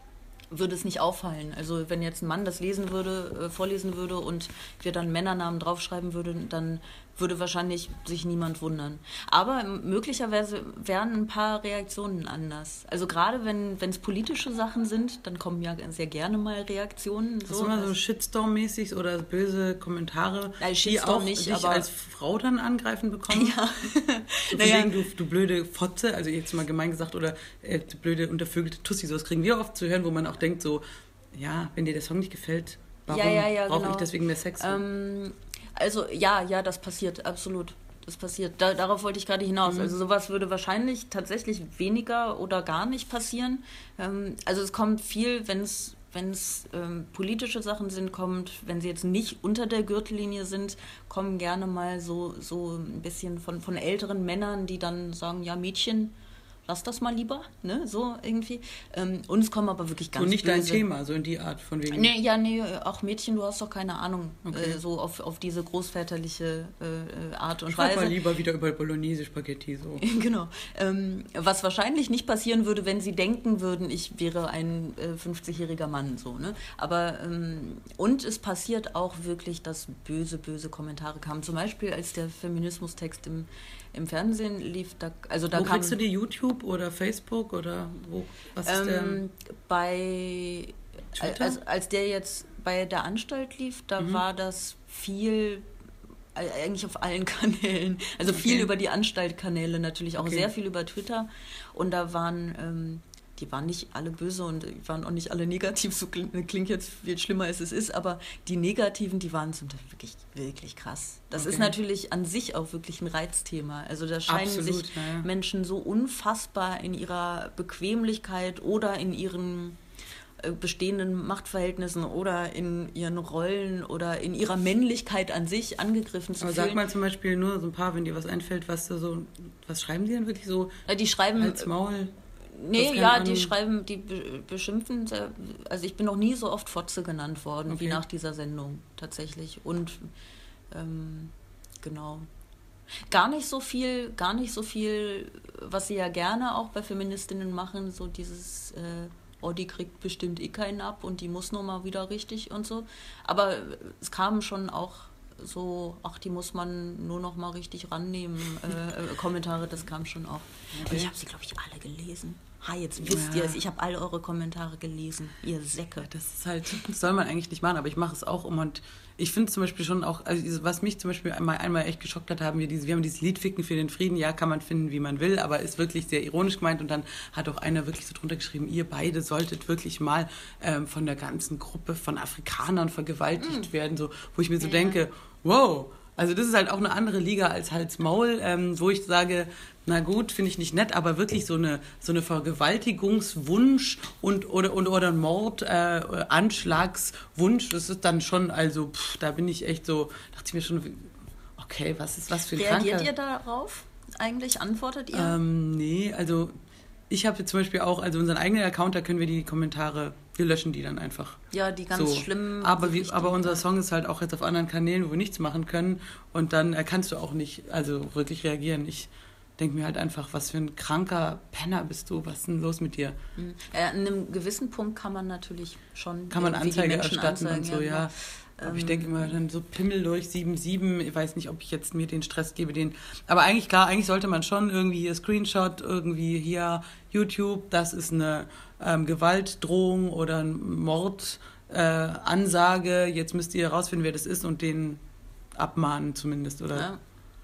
würde es nicht auffallen. Also wenn jetzt ein Mann das lesen würde, äh, vorlesen würde und wir dann Männernamen draufschreiben würden, dann würde wahrscheinlich sich niemand wundern. Aber möglicherweise wären ein paar Reaktionen anders. Also gerade wenn es politische Sachen sind, dann kommen ja sehr gerne mal Reaktionen. Das So. ist immer so Shitstorm-mäßig oder böse Kommentare, Ja, die Shitstorm auch nicht, dich aber als Frau dann angreifen bekommen. Ja. So Naja. wegen, du, du blöde Fotze, also jetzt mal gemein gesagt, oder äh, du blöde untervögelte Tussi, sowas kriegen wir oft zu hören, wo man auch denkt so, ja, wenn dir der Song nicht gefällt, warum Ja, ja, ja, brauche genau. ich deswegen mehr Sex? Ähm, also ja, ja, das passiert, absolut. Das passiert. Da, darauf wollte ich gerade hinaus. Mhm. Also sowas würde wahrscheinlich tatsächlich weniger oder gar nicht passieren. Ähm, also es kommt viel, wenn es wenn es ähm, politische Sachen sind, kommt, wenn sie jetzt nicht unter der Gürtellinie sind, kommen gerne mal so, so ein bisschen von, von älteren Männern, die dann sagen, ja Mädchen, lass das mal lieber, ne, so irgendwie. Ähm, uns kommen aber wirklich ganz so nicht böse. dein Thema, so in die Art von wegen. Nee, ja, nee, auch Mädchen, du hast doch keine Ahnung, Okay. äh, so auf, auf diese großväterliche äh, Art und Schreib Weise. mal lieber wieder über Bolognese Spaghetti so. Genau. Ähm, was wahrscheinlich nicht passieren würde, wenn sie denken würden, ich wäre ein äh, fünfzigjähriger Mann, so, ne? Aber, ähm, und es passiert auch wirklich, dass böse, böse Kommentare kamen. Zum Beispiel, als der Feminismustext im, im Fernsehen lief, da, also da Wo kam... kriegst du die, YouTube oder Facebook oder wo? Was ist Ähm, bei Twitter? als, als der jetzt bei der Anstalt lief, da Mhm. war das viel äh, eigentlich auf allen Kanälen, also Okay. viel über die Anstaltkanäle natürlich, auch Okay. sehr viel über Twitter und da waren ähm, die waren nicht alle böse und die waren auch nicht alle negativ, so klingt, klingt jetzt viel schlimmer als es ist, aber die Negativen, die waren zum Teil wirklich, wirklich krass. Das Okay. ist natürlich an sich auch wirklich ein Reizthema. Also da scheinen Absolut, sich ja, ja. Menschen so unfassbar in ihrer Bequemlichkeit oder in ihren äh, bestehenden Machtverhältnissen oder in ihren Rollen oder in ihrer Männlichkeit an sich angegriffen zu Aber fühlen. sag mal zum Beispiel nur so ein paar, wenn dir was einfällt, was du so, was schreiben die denn wirklich so Ja, die schreiben... als Maul? Nee, keine ja, Ahnung. die schreiben, die be- beschimpfen, sehr, also ich bin noch nie so oft Fotze genannt worden Okay. wie nach dieser Sendung tatsächlich und ähm, genau. Gar nicht so viel, gar nicht so viel, was sie ja gerne auch bei Feministinnen machen, so dieses, äh, oh, die kriegt bestimmt eh keinen ab und die muss nur mal wieder richtig und so. Aber es kamen schon auch so, ach, die muss man nur noch mal richtig rannehmen, äh, äh, Kommentare, das kam schon auch. Und Okay. ich habe sie, glaube ich, alle gelesen. Ha, jetzt wisst Ja. ihr es, ich habe alle eure Kommentare gelesen, ihr Säcke. Das ist halt, das soll man eigentlich nicht machen, aber ich mache es auch um und ich finde zum Beispiel schon auch, also was mich zum Beispiel einmal, einmal echt geschockt hat, haben wir diese, wir haben dieses Lied Ficken für den Frieden, ja, kann man finden, wie man will, aber ist wirklich sehr ironisch gemeint und dann hat auch einer wirklich so drunter geschrieben, ihr beide solltet wirklich mal ähm, von der ganzen Gruppe von Afrikanern vergewaltigt werden, so, wo ich mir so Ja. denke, wow, also das ist halt auch eine andere Liga als Hals-Maul, ähm, wo ich sage, na gut, finde ich nicht nett, aber wirklich so eine so eine Vergewaltigungswunsch und oder und, oder ein Mord, äh, Anschlagswunsch, das ist dann schon, also pff, da bin ich echt so, dachte ich mir schon, okay, okay, was ist was für ein Reagiert Kranker? ihr darauf eigentlich? Antwortet ihr? Ähm, nee, also ich habe jetzt zum Beispiel auch, also unseren eigenen Account, da können wir die Kommentare, wir löschen die dann einfach. Ja, die ganz so. schlimmen. Aber, wie, aber unser Song ist halt auch jetzt auf anderen Kanälen, wo wir nichts machen können und dann äh, kannst du auch nicht, also wirklich reagieren. Ich denke mir halt einfach, was für ein kranker Penner bist du, was ist denn los mit dir? Ja, an einem gewissen Punkt kann man natürlich schon kann man Anzeige erstatten anzeigen, und so, ja. ja. Aber ähm, ich denke immer dann so Pimmel durch sieben sieben, ich weiß nicht, ob ich jetzt mir den Stress gebe, den. Aber eigentlich, klar, eigentlich sollte man schon irgendwie hier Screenshot, irgendwie hier YouTube, das ist eine ähm, Gewaltdrohung oder ein Mord, äh, Ansage, jetzt müsst ihr herausfinden, wer das ist und den abmahnen zumindest, oder? Ja.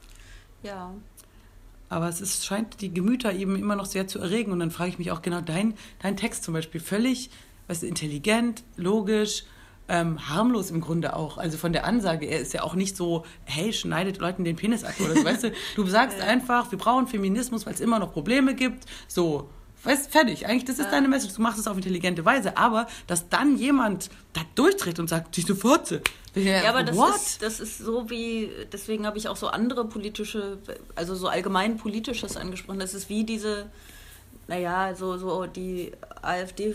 ja. Aber es ist, scheint die Gemüter eben immer noch sehr zu erregen und dann frage ich mich auch genau, dein, dein Text zum Beispiel völlig, weißt du, intelligent, logisch, Ähm, harmlos im Grunde auch, also von der Ansage, er ist ja auch nicht so, hey, schneidet Leuten den Penis ab oder so, weißt du, du sagst ja. einfach, wir brauchen Feminismus, weil es immer noch Probleme gibt, so, weißt, fertig, eigentlich, das ist ja. deine Message, du machst es auf intelligente Weise, aber, dass dann jemand da durchdreht und sagt, diese Furze, ja, aber das ist, das ist so wie, deswegen habe ich auch so andere politische, also so allgemein Politisches angesprochen, das ist wie diese, naja, so, so die AfD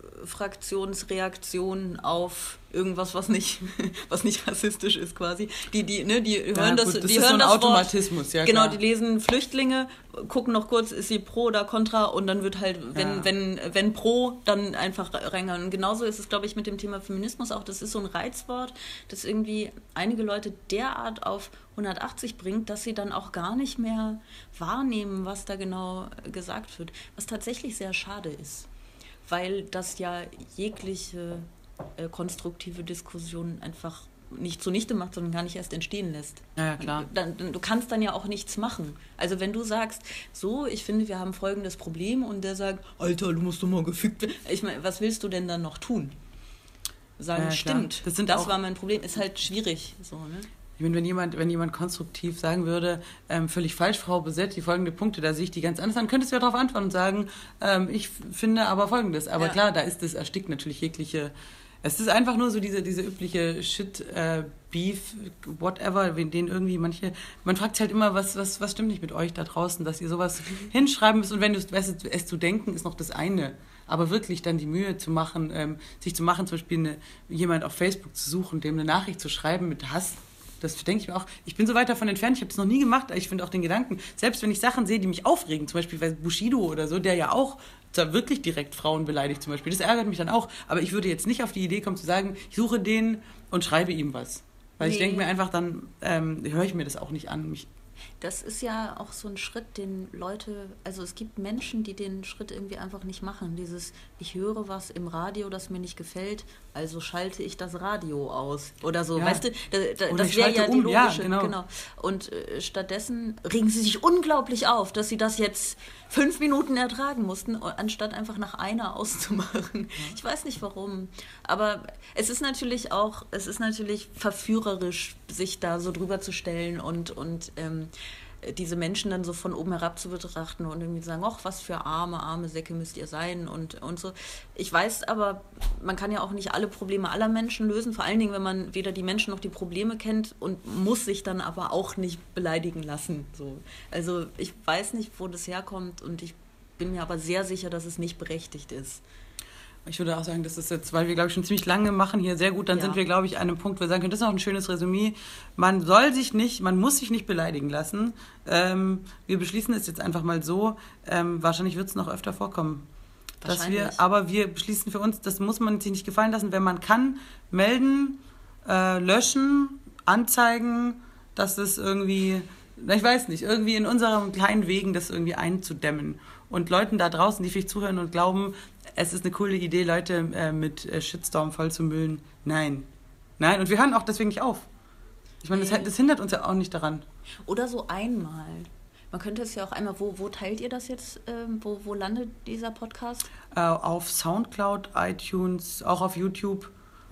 Fraktionsreaktion auf irgendwas, was nicht, was nicht rassistisch ist quasi. Die, die, ne, die hören ja, das, gut, das die ist hören so ein das Automatismus, Wort, ja genau, klar. die lesen Flüchtlinge, gucken noch kurz, ist sie pro oder contra und dann wird halt, wenn, ja. wenn, wenn pro, dann einfach reingehen. Und genauso ist es, glaube ich, mit dem Thema Feminismus auch. Das ist so ein Reizwort, das irgendwie einige Leute derart auf hundertachtzig bringt, dass sie dann auch gar nicht mehr wahrnehmen, was da genau gesagt wird. Was tatsächlich sehr schade ist. Weil das ja jegliche äh, konstruktive Diskussion einfach nicht zunichte macht, sondern gar nicht erst entstehen lässt. Ja, ja klar. Dann, dann, du kannst dann ja auch nichts machen. Also wenn du sagst, so, ich finde, wir haben folgendes Problem und der sagt, Alter, du musst doch mal gefickt werden. Ich meine, was willst du denn dann noch tun? Sagen, ja, stimmt, das, sind das war mein Problem. Ist halt schwierig. So, ne? Ich meine, wenn jemand, wenn jemand konstruktiv sagen würde, ähm, völlig falsch, Frau Besett, die folgende Punkte, da sehe ich die ganz anders, dann könntest du ja darauf antworten und sagen, ähm, ich finde aber Folgendes. Aber ja. klar, da ist es, erstickt natürlich jegliche, es ist einfach nur so diese, diese übliche Shit, äh, Beef, whatever, den irgendwie manche, man fragt sich halt immer, was, was, was stimmt nicht mit euch da draußen, dass ihr sowas hinschreiben müsst und wenn du weißt, es zu denken, ist noch das eine. Aber wirklich dann die Mühe zu machen, ähm, sich zu machen, zum Beispiel eine, jemand auf Facebook zu suchen, dem eine Nachricht zu schreiben mit Hass, das denke ich mir auch. Ich bin so weit davon entfernt, ich habe das noch nie gemacht, aber ich finde auch den Gedanken, selbst wenn ich Sachen sehe, die mich aufregen, zum Beispiel bei Bushido oder so, der ja auch wirklich direkt Frauen beleidigt zum Beispiel, das ärgert mich dann auch. Aber ich würde jetzt nicht auf die Idee kommen zu sagen, ich suche den und schreibe ihm was. Weil nee. ich denke mir einfach, dann ähm, höre ich mir das auch nicht an. Mich Das ist ja auch so ein Schritt, den Leute, also es gibt Menschen, die den Schritt irgendwie einfach nicht machen. Dieses, ich höre was im Radio, das mir nicht gefällt, also schalte ich das Radio aus. Oder so, ja. weißt du, da, da, das wäre ja die um. logische. Ja, genau. genau. Und äh, stattdessen regen sie sich unglaublich auf, dass sie das jetzt fünf Minuten ertragen mussten, anstatt einfach nach einer auszumachen. Ja. Ich weiß nicht warum. Aber es ist natürlich auch, es ist natürlich verführerisch, sich da so drüber zu stellen und, und ähm, diese Menschen dann so von oben herab zu betrachten und irgendwie sagen, ach, was für arme, arme Säcke müsst ihr sein und, und so. Ich weiß aber, man kann ja auch nicht alle Probleme aller Menschen lösen, vor allen Dingen, wenn man weder die Menschen noch die Probleme kennt und muss sich dann aber auch nicht beleidigen lassen. So. Also ich weiß nicht, wo das herkommt und ich bin mir aber sehr sicher, dass es nicht berechtigt ist. Ich würde auch sagen, das ist jetzt, weil wir, glaube ich, schon ziemlich lange machen hier sehr gut, dann ja. sind wir, glaube ich, an einem Punkt, wo wir sagen können, das ist auch ein schönes Resümee. Man soll sich nicht, man muss sich nicht beleidigen lassen. Ähm, wir beschließen es jetzt einfach mal so. Ähm, wahrscheinlich wird es noch öfter vorkommen. Dass wir, aber wir beschließen für uns, das muss man sich nicht gefallen lassen, wenn man kann, melden, äh, löschen, anzeigen, dass es irgendwie, ich weiß nicht, irgendwie in unseren kleinen Wegen das irgendwie einzudämmen. Und Leuten da draußen, die vielleicht zuhören und glauben, es ist eine coole Idee, Leute äh, mit äh, Shitstorm voll zu müllen. Nein. Nein, und wir hören auch deswegen nicht auf. Ich meine, das, das hindert uns ja auch nicht daran. Oder so einmal. Man könnte es ja auch einmal, wo, wo teilt ihr das jetzt? Ähm, wo, wo landet dieser Podcast? Äh, auf Soundcloud, iTunes, auch auf YouTube.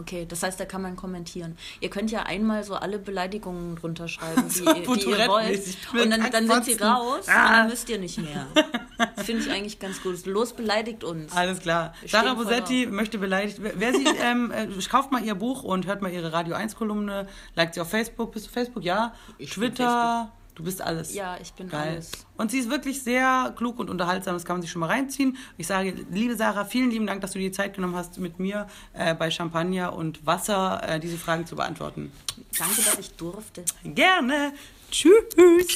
Okay, das heißt, da kann man kommentieren. Ihr könnt ja einmal so alle Beleidigungen drunter schreiben, die, so, die ihr wollt. Und dann, dann sind sie raus ah. und dann müsst ihr nicht mehr. Das finde ich eigentlich ganz gut. Los, beleidigt uns. Alles klar. Sarah Bosetti möchte beleidigt. Wer sie, ähm, kauft mal ihr Buch und hört mal ihre Radio eins Kolumne, liked sie auf Facebook. Bist du Facebook? Ja. Ich Twitter. Du bist alles. Ja, ich bin geil. Alles. Und sie ist wirklich sehr klug und unterhaltsam, das kann man sich schon mal reinziehen. Ich sage, liebe Sarah, vielen lieben Dank, dass du dir die Zeit genommen hast, mit mir äh, bei Champagner und Wasser äh, diese Fragen zu beantworten. Danke, dass ich durfte. Gerne. Tschüss.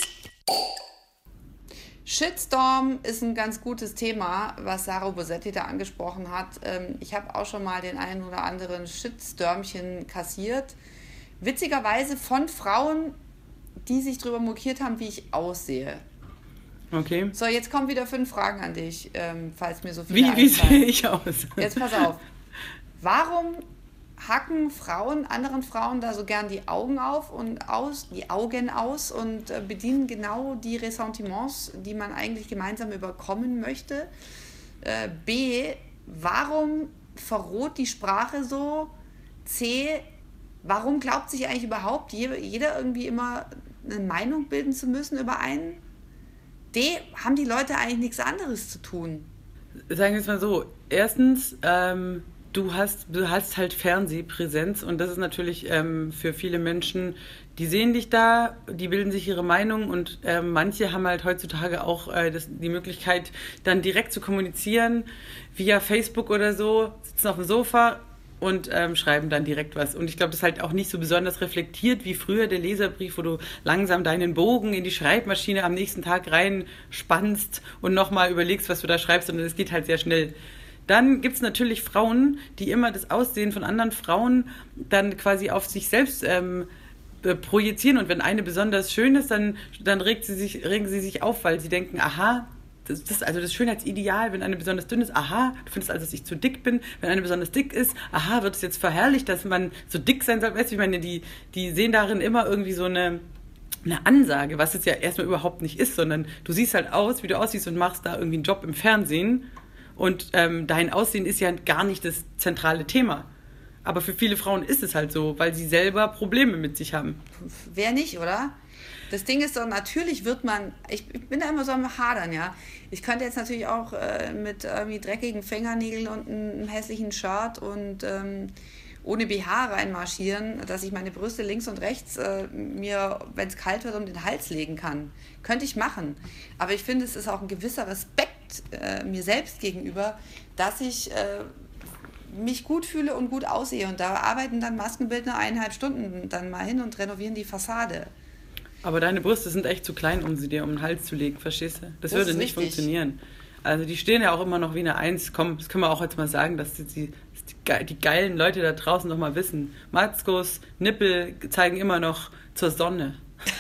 Shitstorm ist ein ganz gutes Thema, was Sarah Bosetti da angesprochen hat. Ähm, ich habe auch schon mal den einen oder anderen Shitstormchen kassiert. Witzigerweise von Frauen, die sich darüber mokiert haben, wie ich aussehe. Okay. So, jetzt kommen wieder fünf Fragen an dich, ähm, falls mir so viele Wie, wie sehe ich aus? Jetzt pass auf. Warum hacken Frauen anderen Frauen da so gern die Augen auf und aus, die Augen aus und äh, bedienen genau die Ressentiments, die man eigentlich gemeinsam überkommen möchte? Äh, B, warum verroht die Sprache so? C, warum glaubt sich eigentlich überhaupt jeder irgendwie immer eine Meinung bilden zu müssen über einen? D, haben die Leute eigentlich nichts anderes zu tun? Sagen wir es mal so. Erstens, ähm, du hast, du hast halt Fernsehpräsenz und das ist natürlich ähm, für viele Menschen, die sehen dich da, die bilden sich ihre Meinung und äh, manche haben halt heutzutage auch äh, das, die Möglichkeit, dann direkt zu kommunizieren via Facebook oder so, sitzen auf dem Sofa und ähm, schreiben dann direkt was. Und ich glaube, das ist halt auch nicht so besonders reflektiert wie früher der Leserbrief, wo du langsam deinen Bogen in die Schreibmaschine am nächsten Tag reinspannst und nochmal überlegst, was du da schreibst, und es geht halt sehr schnell. Dann gibt es natürlich Frauen, die immer das Aussehen von anderen Frauen dann quasi auf sich selbst ähm, projizieren, und wenn eine besonders schön ist, dann, dann regt sie sich, regen sie sich auf, weil sie denken, aha, das ist also das Schönheitsideal, wenn eine besonders dünn ist, aha, du findest also, dass ich zu dick bin. Wenn eine besonders dick ist, aha, wird es jetzt verherrlicht, dass man so dick sein soll. Weißt du, ich meine, die, die sehen darin immer irgendwie so eine, eine Ansage, was es ja erstmal überhaupt nicht ist, sondern du siehst halt aus, wie du aussiehst, und machst da irgendwie einen Job im Fernsehen, und ähm, dein Aussehen ist ja gar nicht das zentrale Thema. Aber für viele Frauen ist es halt so, weil sie selber Probleme mit sich haben. Wer nicht, oder? Das Ding ist doch, natürlich wird man, ich, ich bin da immer so am Hadern, ja. Ich könnte jetzt natürlich auch äh, mit irgendwie dreckigen Fingernägeln und einem hässlichen Shirt und ähm, ohne B H reinmarschieren, dass ich meine Brüste links und rechts äh, mir, wenn es kalt wird, um den Hals legen kann. Könnte ich machen. Aber ich finde, es ist auch ein gewisser Respekt äh, mir selbst gegenüber, dass ich äh, mich gut fühle und gut aussehe. Und da arbeiten dann Maskenbildner eineinhalb Stunden dann mal hin und renovieren die Fassade. Aber deine Brüste sind echt zu klein, um sie dir um den Hals zu legen, verstehst du? Das, das würde nicht richtig funktionieren. Also die stehen ja auch immer noch wie eine Eins. Komm, das können wir auch jetzt mal sagen, dass die, die, die geilen Leute da draußen noch mal wissen. Matzkos Nippel zeigen immer noch zur Sonne.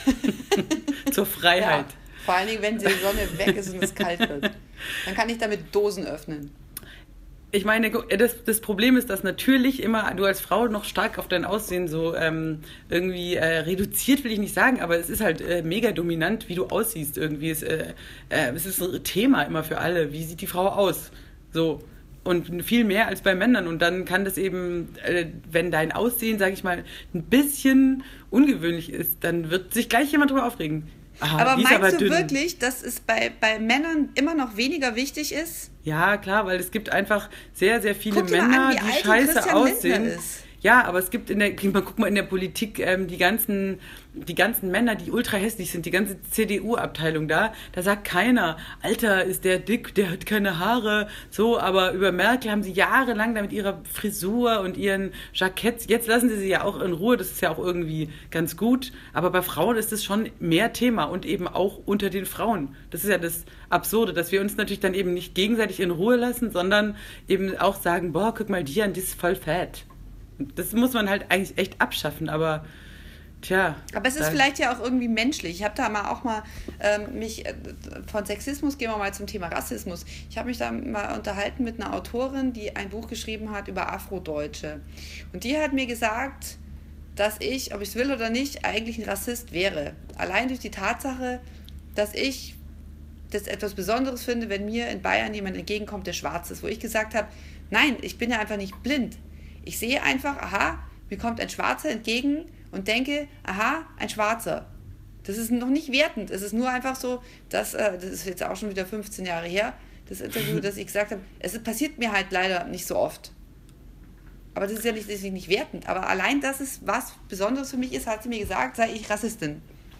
Zur Freiheit. Ja, vor allen Dingen, wenn die Sonne weg ist und es kalt wird. Dann kann ich damit Dosen öffnen. Ich meine, das, das Problem ist, dass natürlich immer du als Frau noch stark auf dein Aussehen so ähm, irgendwie äh, reduziert, will ich nicht sagen, aber es ist halt äh, mega dominant, wie du aussiehst irgendwie. Es, äh, äh, es ist ein Thema immer für alle. Wie sieht die Frau aus? So. Und viel mehr als bei Männern. Und dann kann das eben, äh, wenn dein Aussehen, sage ich mal, ein bisschen ungewöhnlich ist, dann wird sich gleich jemand drüber aufregen. Aha, aber meinst aber du dünn. wirklich, dass es bei, bei Männern immer noch weniger wichtig ist? Ja, klar, weil es gibt einfach sehr, sehr viele Guck dir Männer, mal an, wie die alt scheiße Christian aussehen. Lindner ist. Ja, aber es gibt in der, guck mal in der Politik, ähm, die ganzen, die ganzen Männer, die ultra hässlich sind, die ganze C D U-Abteilung da, da sagt keiner, Alter, ist der dick, der hat keine Haare, so, aber über Merkel haben sie jahrelang da mit ihrer Frisur und ihren Jacketts, jetzt lassen sie sie ja auch in Ruhe, das ist ja auch irgendwie ganz gut, aber bei Frauen ist das schon mehr Thema und eben auch unter den Frauen. Das ist ja das Absurde, dass wir uns natürlich dann eben nicht gegenseitig in Ruhe lassen, sondern eben auch sagen, boah, guck mal, die an, die ist voll fett. Das muss man halt eigentlich echt abschaffen, aber tja. Aber es ist vielleicht ja auch irgendwie menschlich. Ich habe da mal auch mal ähm, mich, äh, von Sexismus gehen wir mal zum Thema Rassismus. Ich habe mich da mal unterhalten mit einer Autorin, die ein Buch geschrieben hat über Afrodeutsche. Und die hat mir gesagt, dass ich, ob ich es will oder nicht, eigentlich ein Rassist wäre. Allein durch die Tatsache, dass ich das etwas Besonderes finde, wenn mir in Bayern jemand entgegenkommt, der schwarz ist. Wo ich gesagt habe, nein, ich bin ja einfach nicht blind. Ich sehe einfach, aha, mir kommt ein Schwarzer entgegen und denke, aha, ein Schwarzer. Das ist noch nicht wertend. Es ist nur einfach so, dass, äh, das ist jetzt auch schon wieder fünfzehn Jahre her, das Interview, das ich gesagt habe, es passiert mir halt leider nicht so oft. Aber das ist ja nicht, das ist nicht wertend. Aber allein, dass es was Besonderes für mich ist, hat sie mir gesagt, sei ich Rassistin.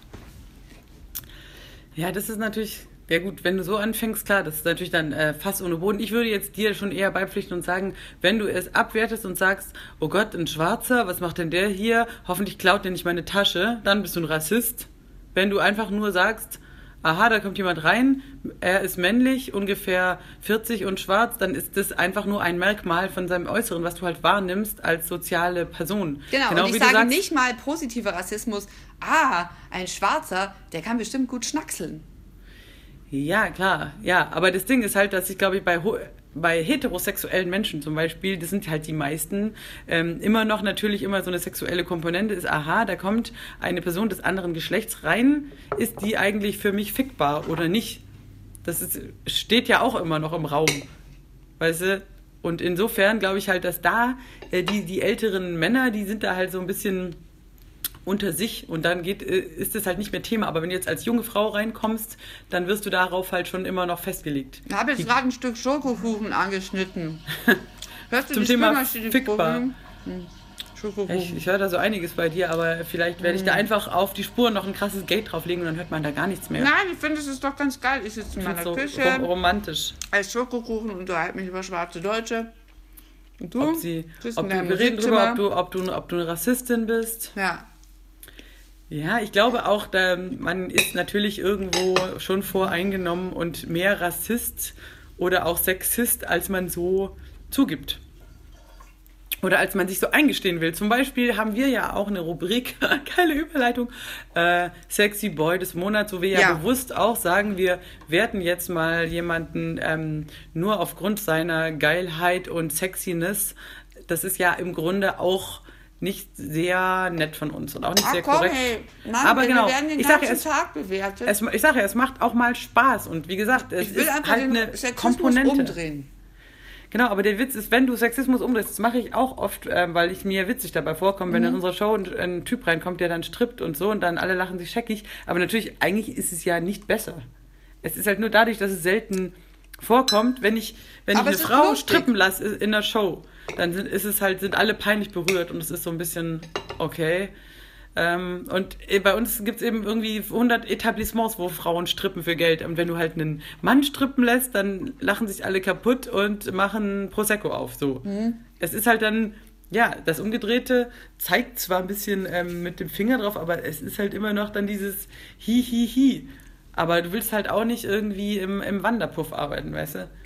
Ja, das ist natürlich, ja gut, wenn du so anfängst, klar, das ist natürlich dann äh, fast ohne Boden. Ich würde jetzt dir schon eher beipflichten und sagen, wenn du es abwertest und sagst, oh Gott, ein Schwarzer, was macht denn der hier? Hoffentlich klaut der nicht meine Tasche, dann bist du ein Rassist. Wenn du einfach nur sagst, aha, da kommt jemand rein, er ist männlich, ungefähr vierzig und schwarz, dann ist das einfach nur ein Merkmal von seinem Äußeren, was du halt wahrnimmst als soziale Person. Genau, genau und ich sage sagst, nicht mal positiver Rassismus, ah, ein Schwarzer, der kann bestimmt gut schnackseln. Ja, klar, ja, aber das Ding ist halt, dass ich glaube ich bei... bei heterosexuellen Menschen zum Beispiel, das sind halt die meisten, ähm, immer noch natürlich immer so eine sexuelle Komponente ist, aha, da kommt eine Person des anderen Geschlechts rein, ist die eigentlich für mich fickbar oder nicht? Das ist, steht ja auch immer noch im Raum, weißt du? Und insofern glaube ich halt, dass da äh, die, die älteren Männer, die sind da halt so ein bisschen unter sich und dann geht, ist es halt nicht mehr Thema. Aber wenn du jetzt als junge Frau reinkommst, dann wirst du darauf halt schon immer noch festgelegt. Ich habe jetzt gerade ein Stück Schokokuchen angeschnitten. Hörst du zum die Thema fickbar. Hm. Ich, ich höre da so einiges bei dir, aber vielleicht werde ich da einfach auf die Spur noch ein krasses Gate drauflegen und dann hört man da gar nichts mehr. Nein, ich finde, es ist doch ganz geil. Ich sitze in meiner so Küche. Rom- romantisch. Als Schokokuchen und unterhalte mich über schwarze Deutsche. Und du? Ob sie, ob du wir reden darüber, ob du, ob, du, ob du eine Rassistin bist. Ja. Ja, ich glaube auch, da, man ist natürlich irgendwo schon voreingenommen und mehr Rassist oder auch Sexist, als man so zugibt. Oder als man sich so eingestehen will. Zum Beispiel haben wir ja auch eine Rubrik, geile Überleitung, äh, Sexy Boy des Monats, wo wir ja, ja bewusst auch sagen, wir werten jetzt mal jemanden ähm, nur aufgrund seiner Geilheit und Sexiness. Das ist ja im Grunde auch nicht sehr nett von uns und auch nicht Ach, sehr komm, korrekt. Ey. Mann, aber genau, wir werden den ich ganzen sage, es, Tag bewertet. Es, ich sage ja, es macht auch mal Spaß und wie gesagt, es ich will ist einfach halt den eine Sexismus Komponente. umdrehen. Genau, aber der Witz ist, wenn du Sexismus umdrehst, das mache ich auch oft, äh, weil ich mir witzig dabei vorkomme, wenn mhm. in unserer Show ein, ein Typ reinkommt, der dann strippt und so und dann alle lachen sich scheckig, aber natürlich, eigentlich ist es ja nicht besser. Es ist halt nur dadurch, dass es selten vorkommt, wenn ich, wenn aber ich eine Frau strippen lasse in der Show, dann sind, ist es halt, sind alle peinlich berührt und es ist so ein bisschen okay. Ähm, und bei uns gibt es eben irgendwie hundert Etablissements, wo Frauen strippen für Geld. Und wenn du halt einen Mann strippen lässt, dann lachen sich alle kaputt und machen Prosecco auf. So. Mhm. Es ist halt dann, ja, das Umgedrehte zeigt zwar ein bisschen ähm, mit dem Finger drauf, aber es ist halt immer noch dann dieses Hi, Hi, Hi. Aber du willst halt auch nicht irgendwie im, im Wanderpuff arbeiten, weißt du?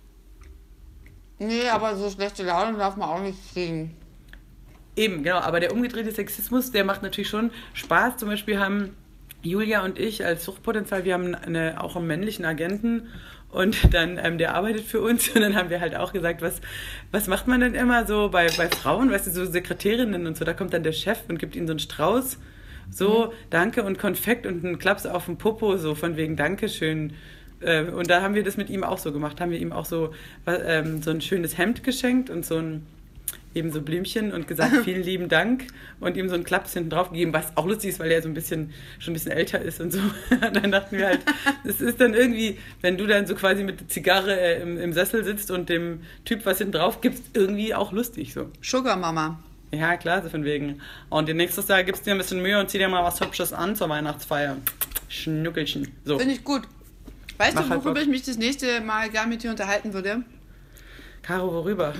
Nee, aber so schlechte Laune darf man auch nicht kriegen. Eben, genau. Aber der umgedrehte Sexismus, der macht natürlich schon Spaß. Zum Beispiel haben Julia und ich als Suchtpotenzial, wir haben eine, auch einen männlichen Agenten und dann, ähm, der arbeitet für uns und dann haben wir halt auch gesagt, was, was macht man denn immer so bei, bei Frauen, weißt du, so Sekretärinnen und so, da kommt dann der Chef und gibt ihnen so einen Strauß, so, mhm. Danke und Konfekt und einen Klaps auf den Popo, so von wegen Dankeschön. Äh, und da haben wir das mit ihm auch so gemacht, haben wir ihm auch so, ähm, so ein schönes Hemd geschenkt und so ein eben so Blümchen und gesagt, vielen lieben Dank und ihm so einen Klaps hinten drauf gegeben, was auch lustig ist, weil er so ein bisschen, schon ein bisschen älter ist und so. Und dann dachten wir halt, es ist dann irgendwie, wenn du dann so quasi mit der Zigarre äh, im, im Sessel sitzt und dem Typ was hinten drauf gibst, irgendwie auch lustig so. Sugar Mama. Ja, klar, so von wegen. Und nächstes Jahr gibst du dir ein bisschen Mühe und zieh dir mal was Hübsches an zur Weihnachtsfeier. Schnuckelchen. So. Finde ich gut. Weißt Mach du, worüber halt ich mich das nächste Mal gerne mit dir unterhalten würde? Caro, worüber?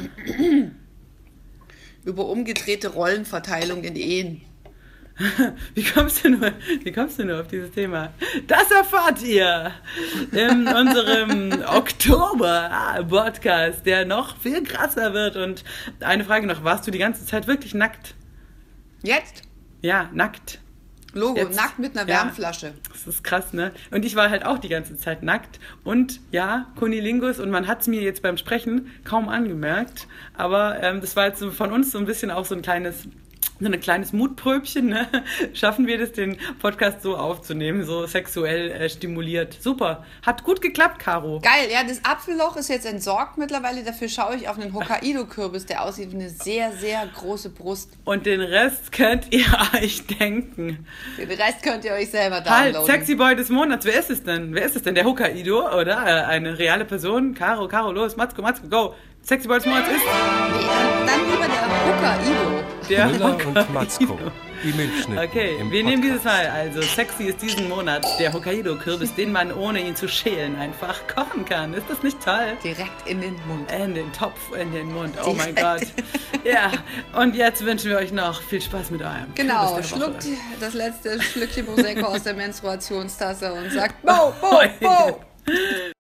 Über umgedrehte Rollenverteilung in Ehen. Wie kommst du nur, wie kommst du nur auf dieses Thema? Das erfahrt ihr in unserem Oktober-Podcast, der noch viel krasser wird. Und eine Frage noch, warst du die ganze Zeit wirklich nackt? Jetzt? Ja, nackt. Logo, Jetzt, nackt mit einer ja, Wärmflasche. Das ist krass, ne? Und ich war halt auch die ganze Zeit nackt. Und ja, Kunilingus, und man hat es mir jetzt beim Sprechen kaum angemerkt. Aber ähm, das war jetzt so von uns so ein bisschen auch so ein kleines, so ein kleines Mutpröbchen, ne? Schaffen wir das, den Podcast so aufzunehmen, so sexuell äh, stimuliert. Super. Hat gut geklappt, Caro. Geil, ja, das Apfelloch ist jetzt entsorgt mittlerweile. Dafür schaue ich auf einen Hokkaido-Kürbis, der aussieht wie eine sehr, sehr große Brust. Und den Rest könnt ihr euch denken. Den Rest könnt ihr euch selber downloaden. Halt, Sexy Boy des Monats. Wer ist es denn? Wer ist es denn? Der Hokkaido, oder? Äh, eine reale Person? Caro, Caro, los, Matzko, Matzko, go. Sexy Boy des Monats ist... Nee, dann lieber der Hokkaido. Der Müller Hokkaido. und Matzko, die Milchschnitte Okay, im wir Podcast. nehmen dieses Mal, also sexy ist diesen Monat der Hokkaido-Kürbis, den man ohne ihn zu schälen einfach kochen kann. Ist das nicht toll? Direkt in den Mund. In den Topf, in den Mund, oh mein Direkt. Gott. Ja, und jetzt wünschen wir euch noch viel Spaß mit eurem Genau, Kürbis der Woche. schluckt das letzte Schlückchen Prosecco aus der Menstruationstasse und sagt, Bo, Bo, Bo.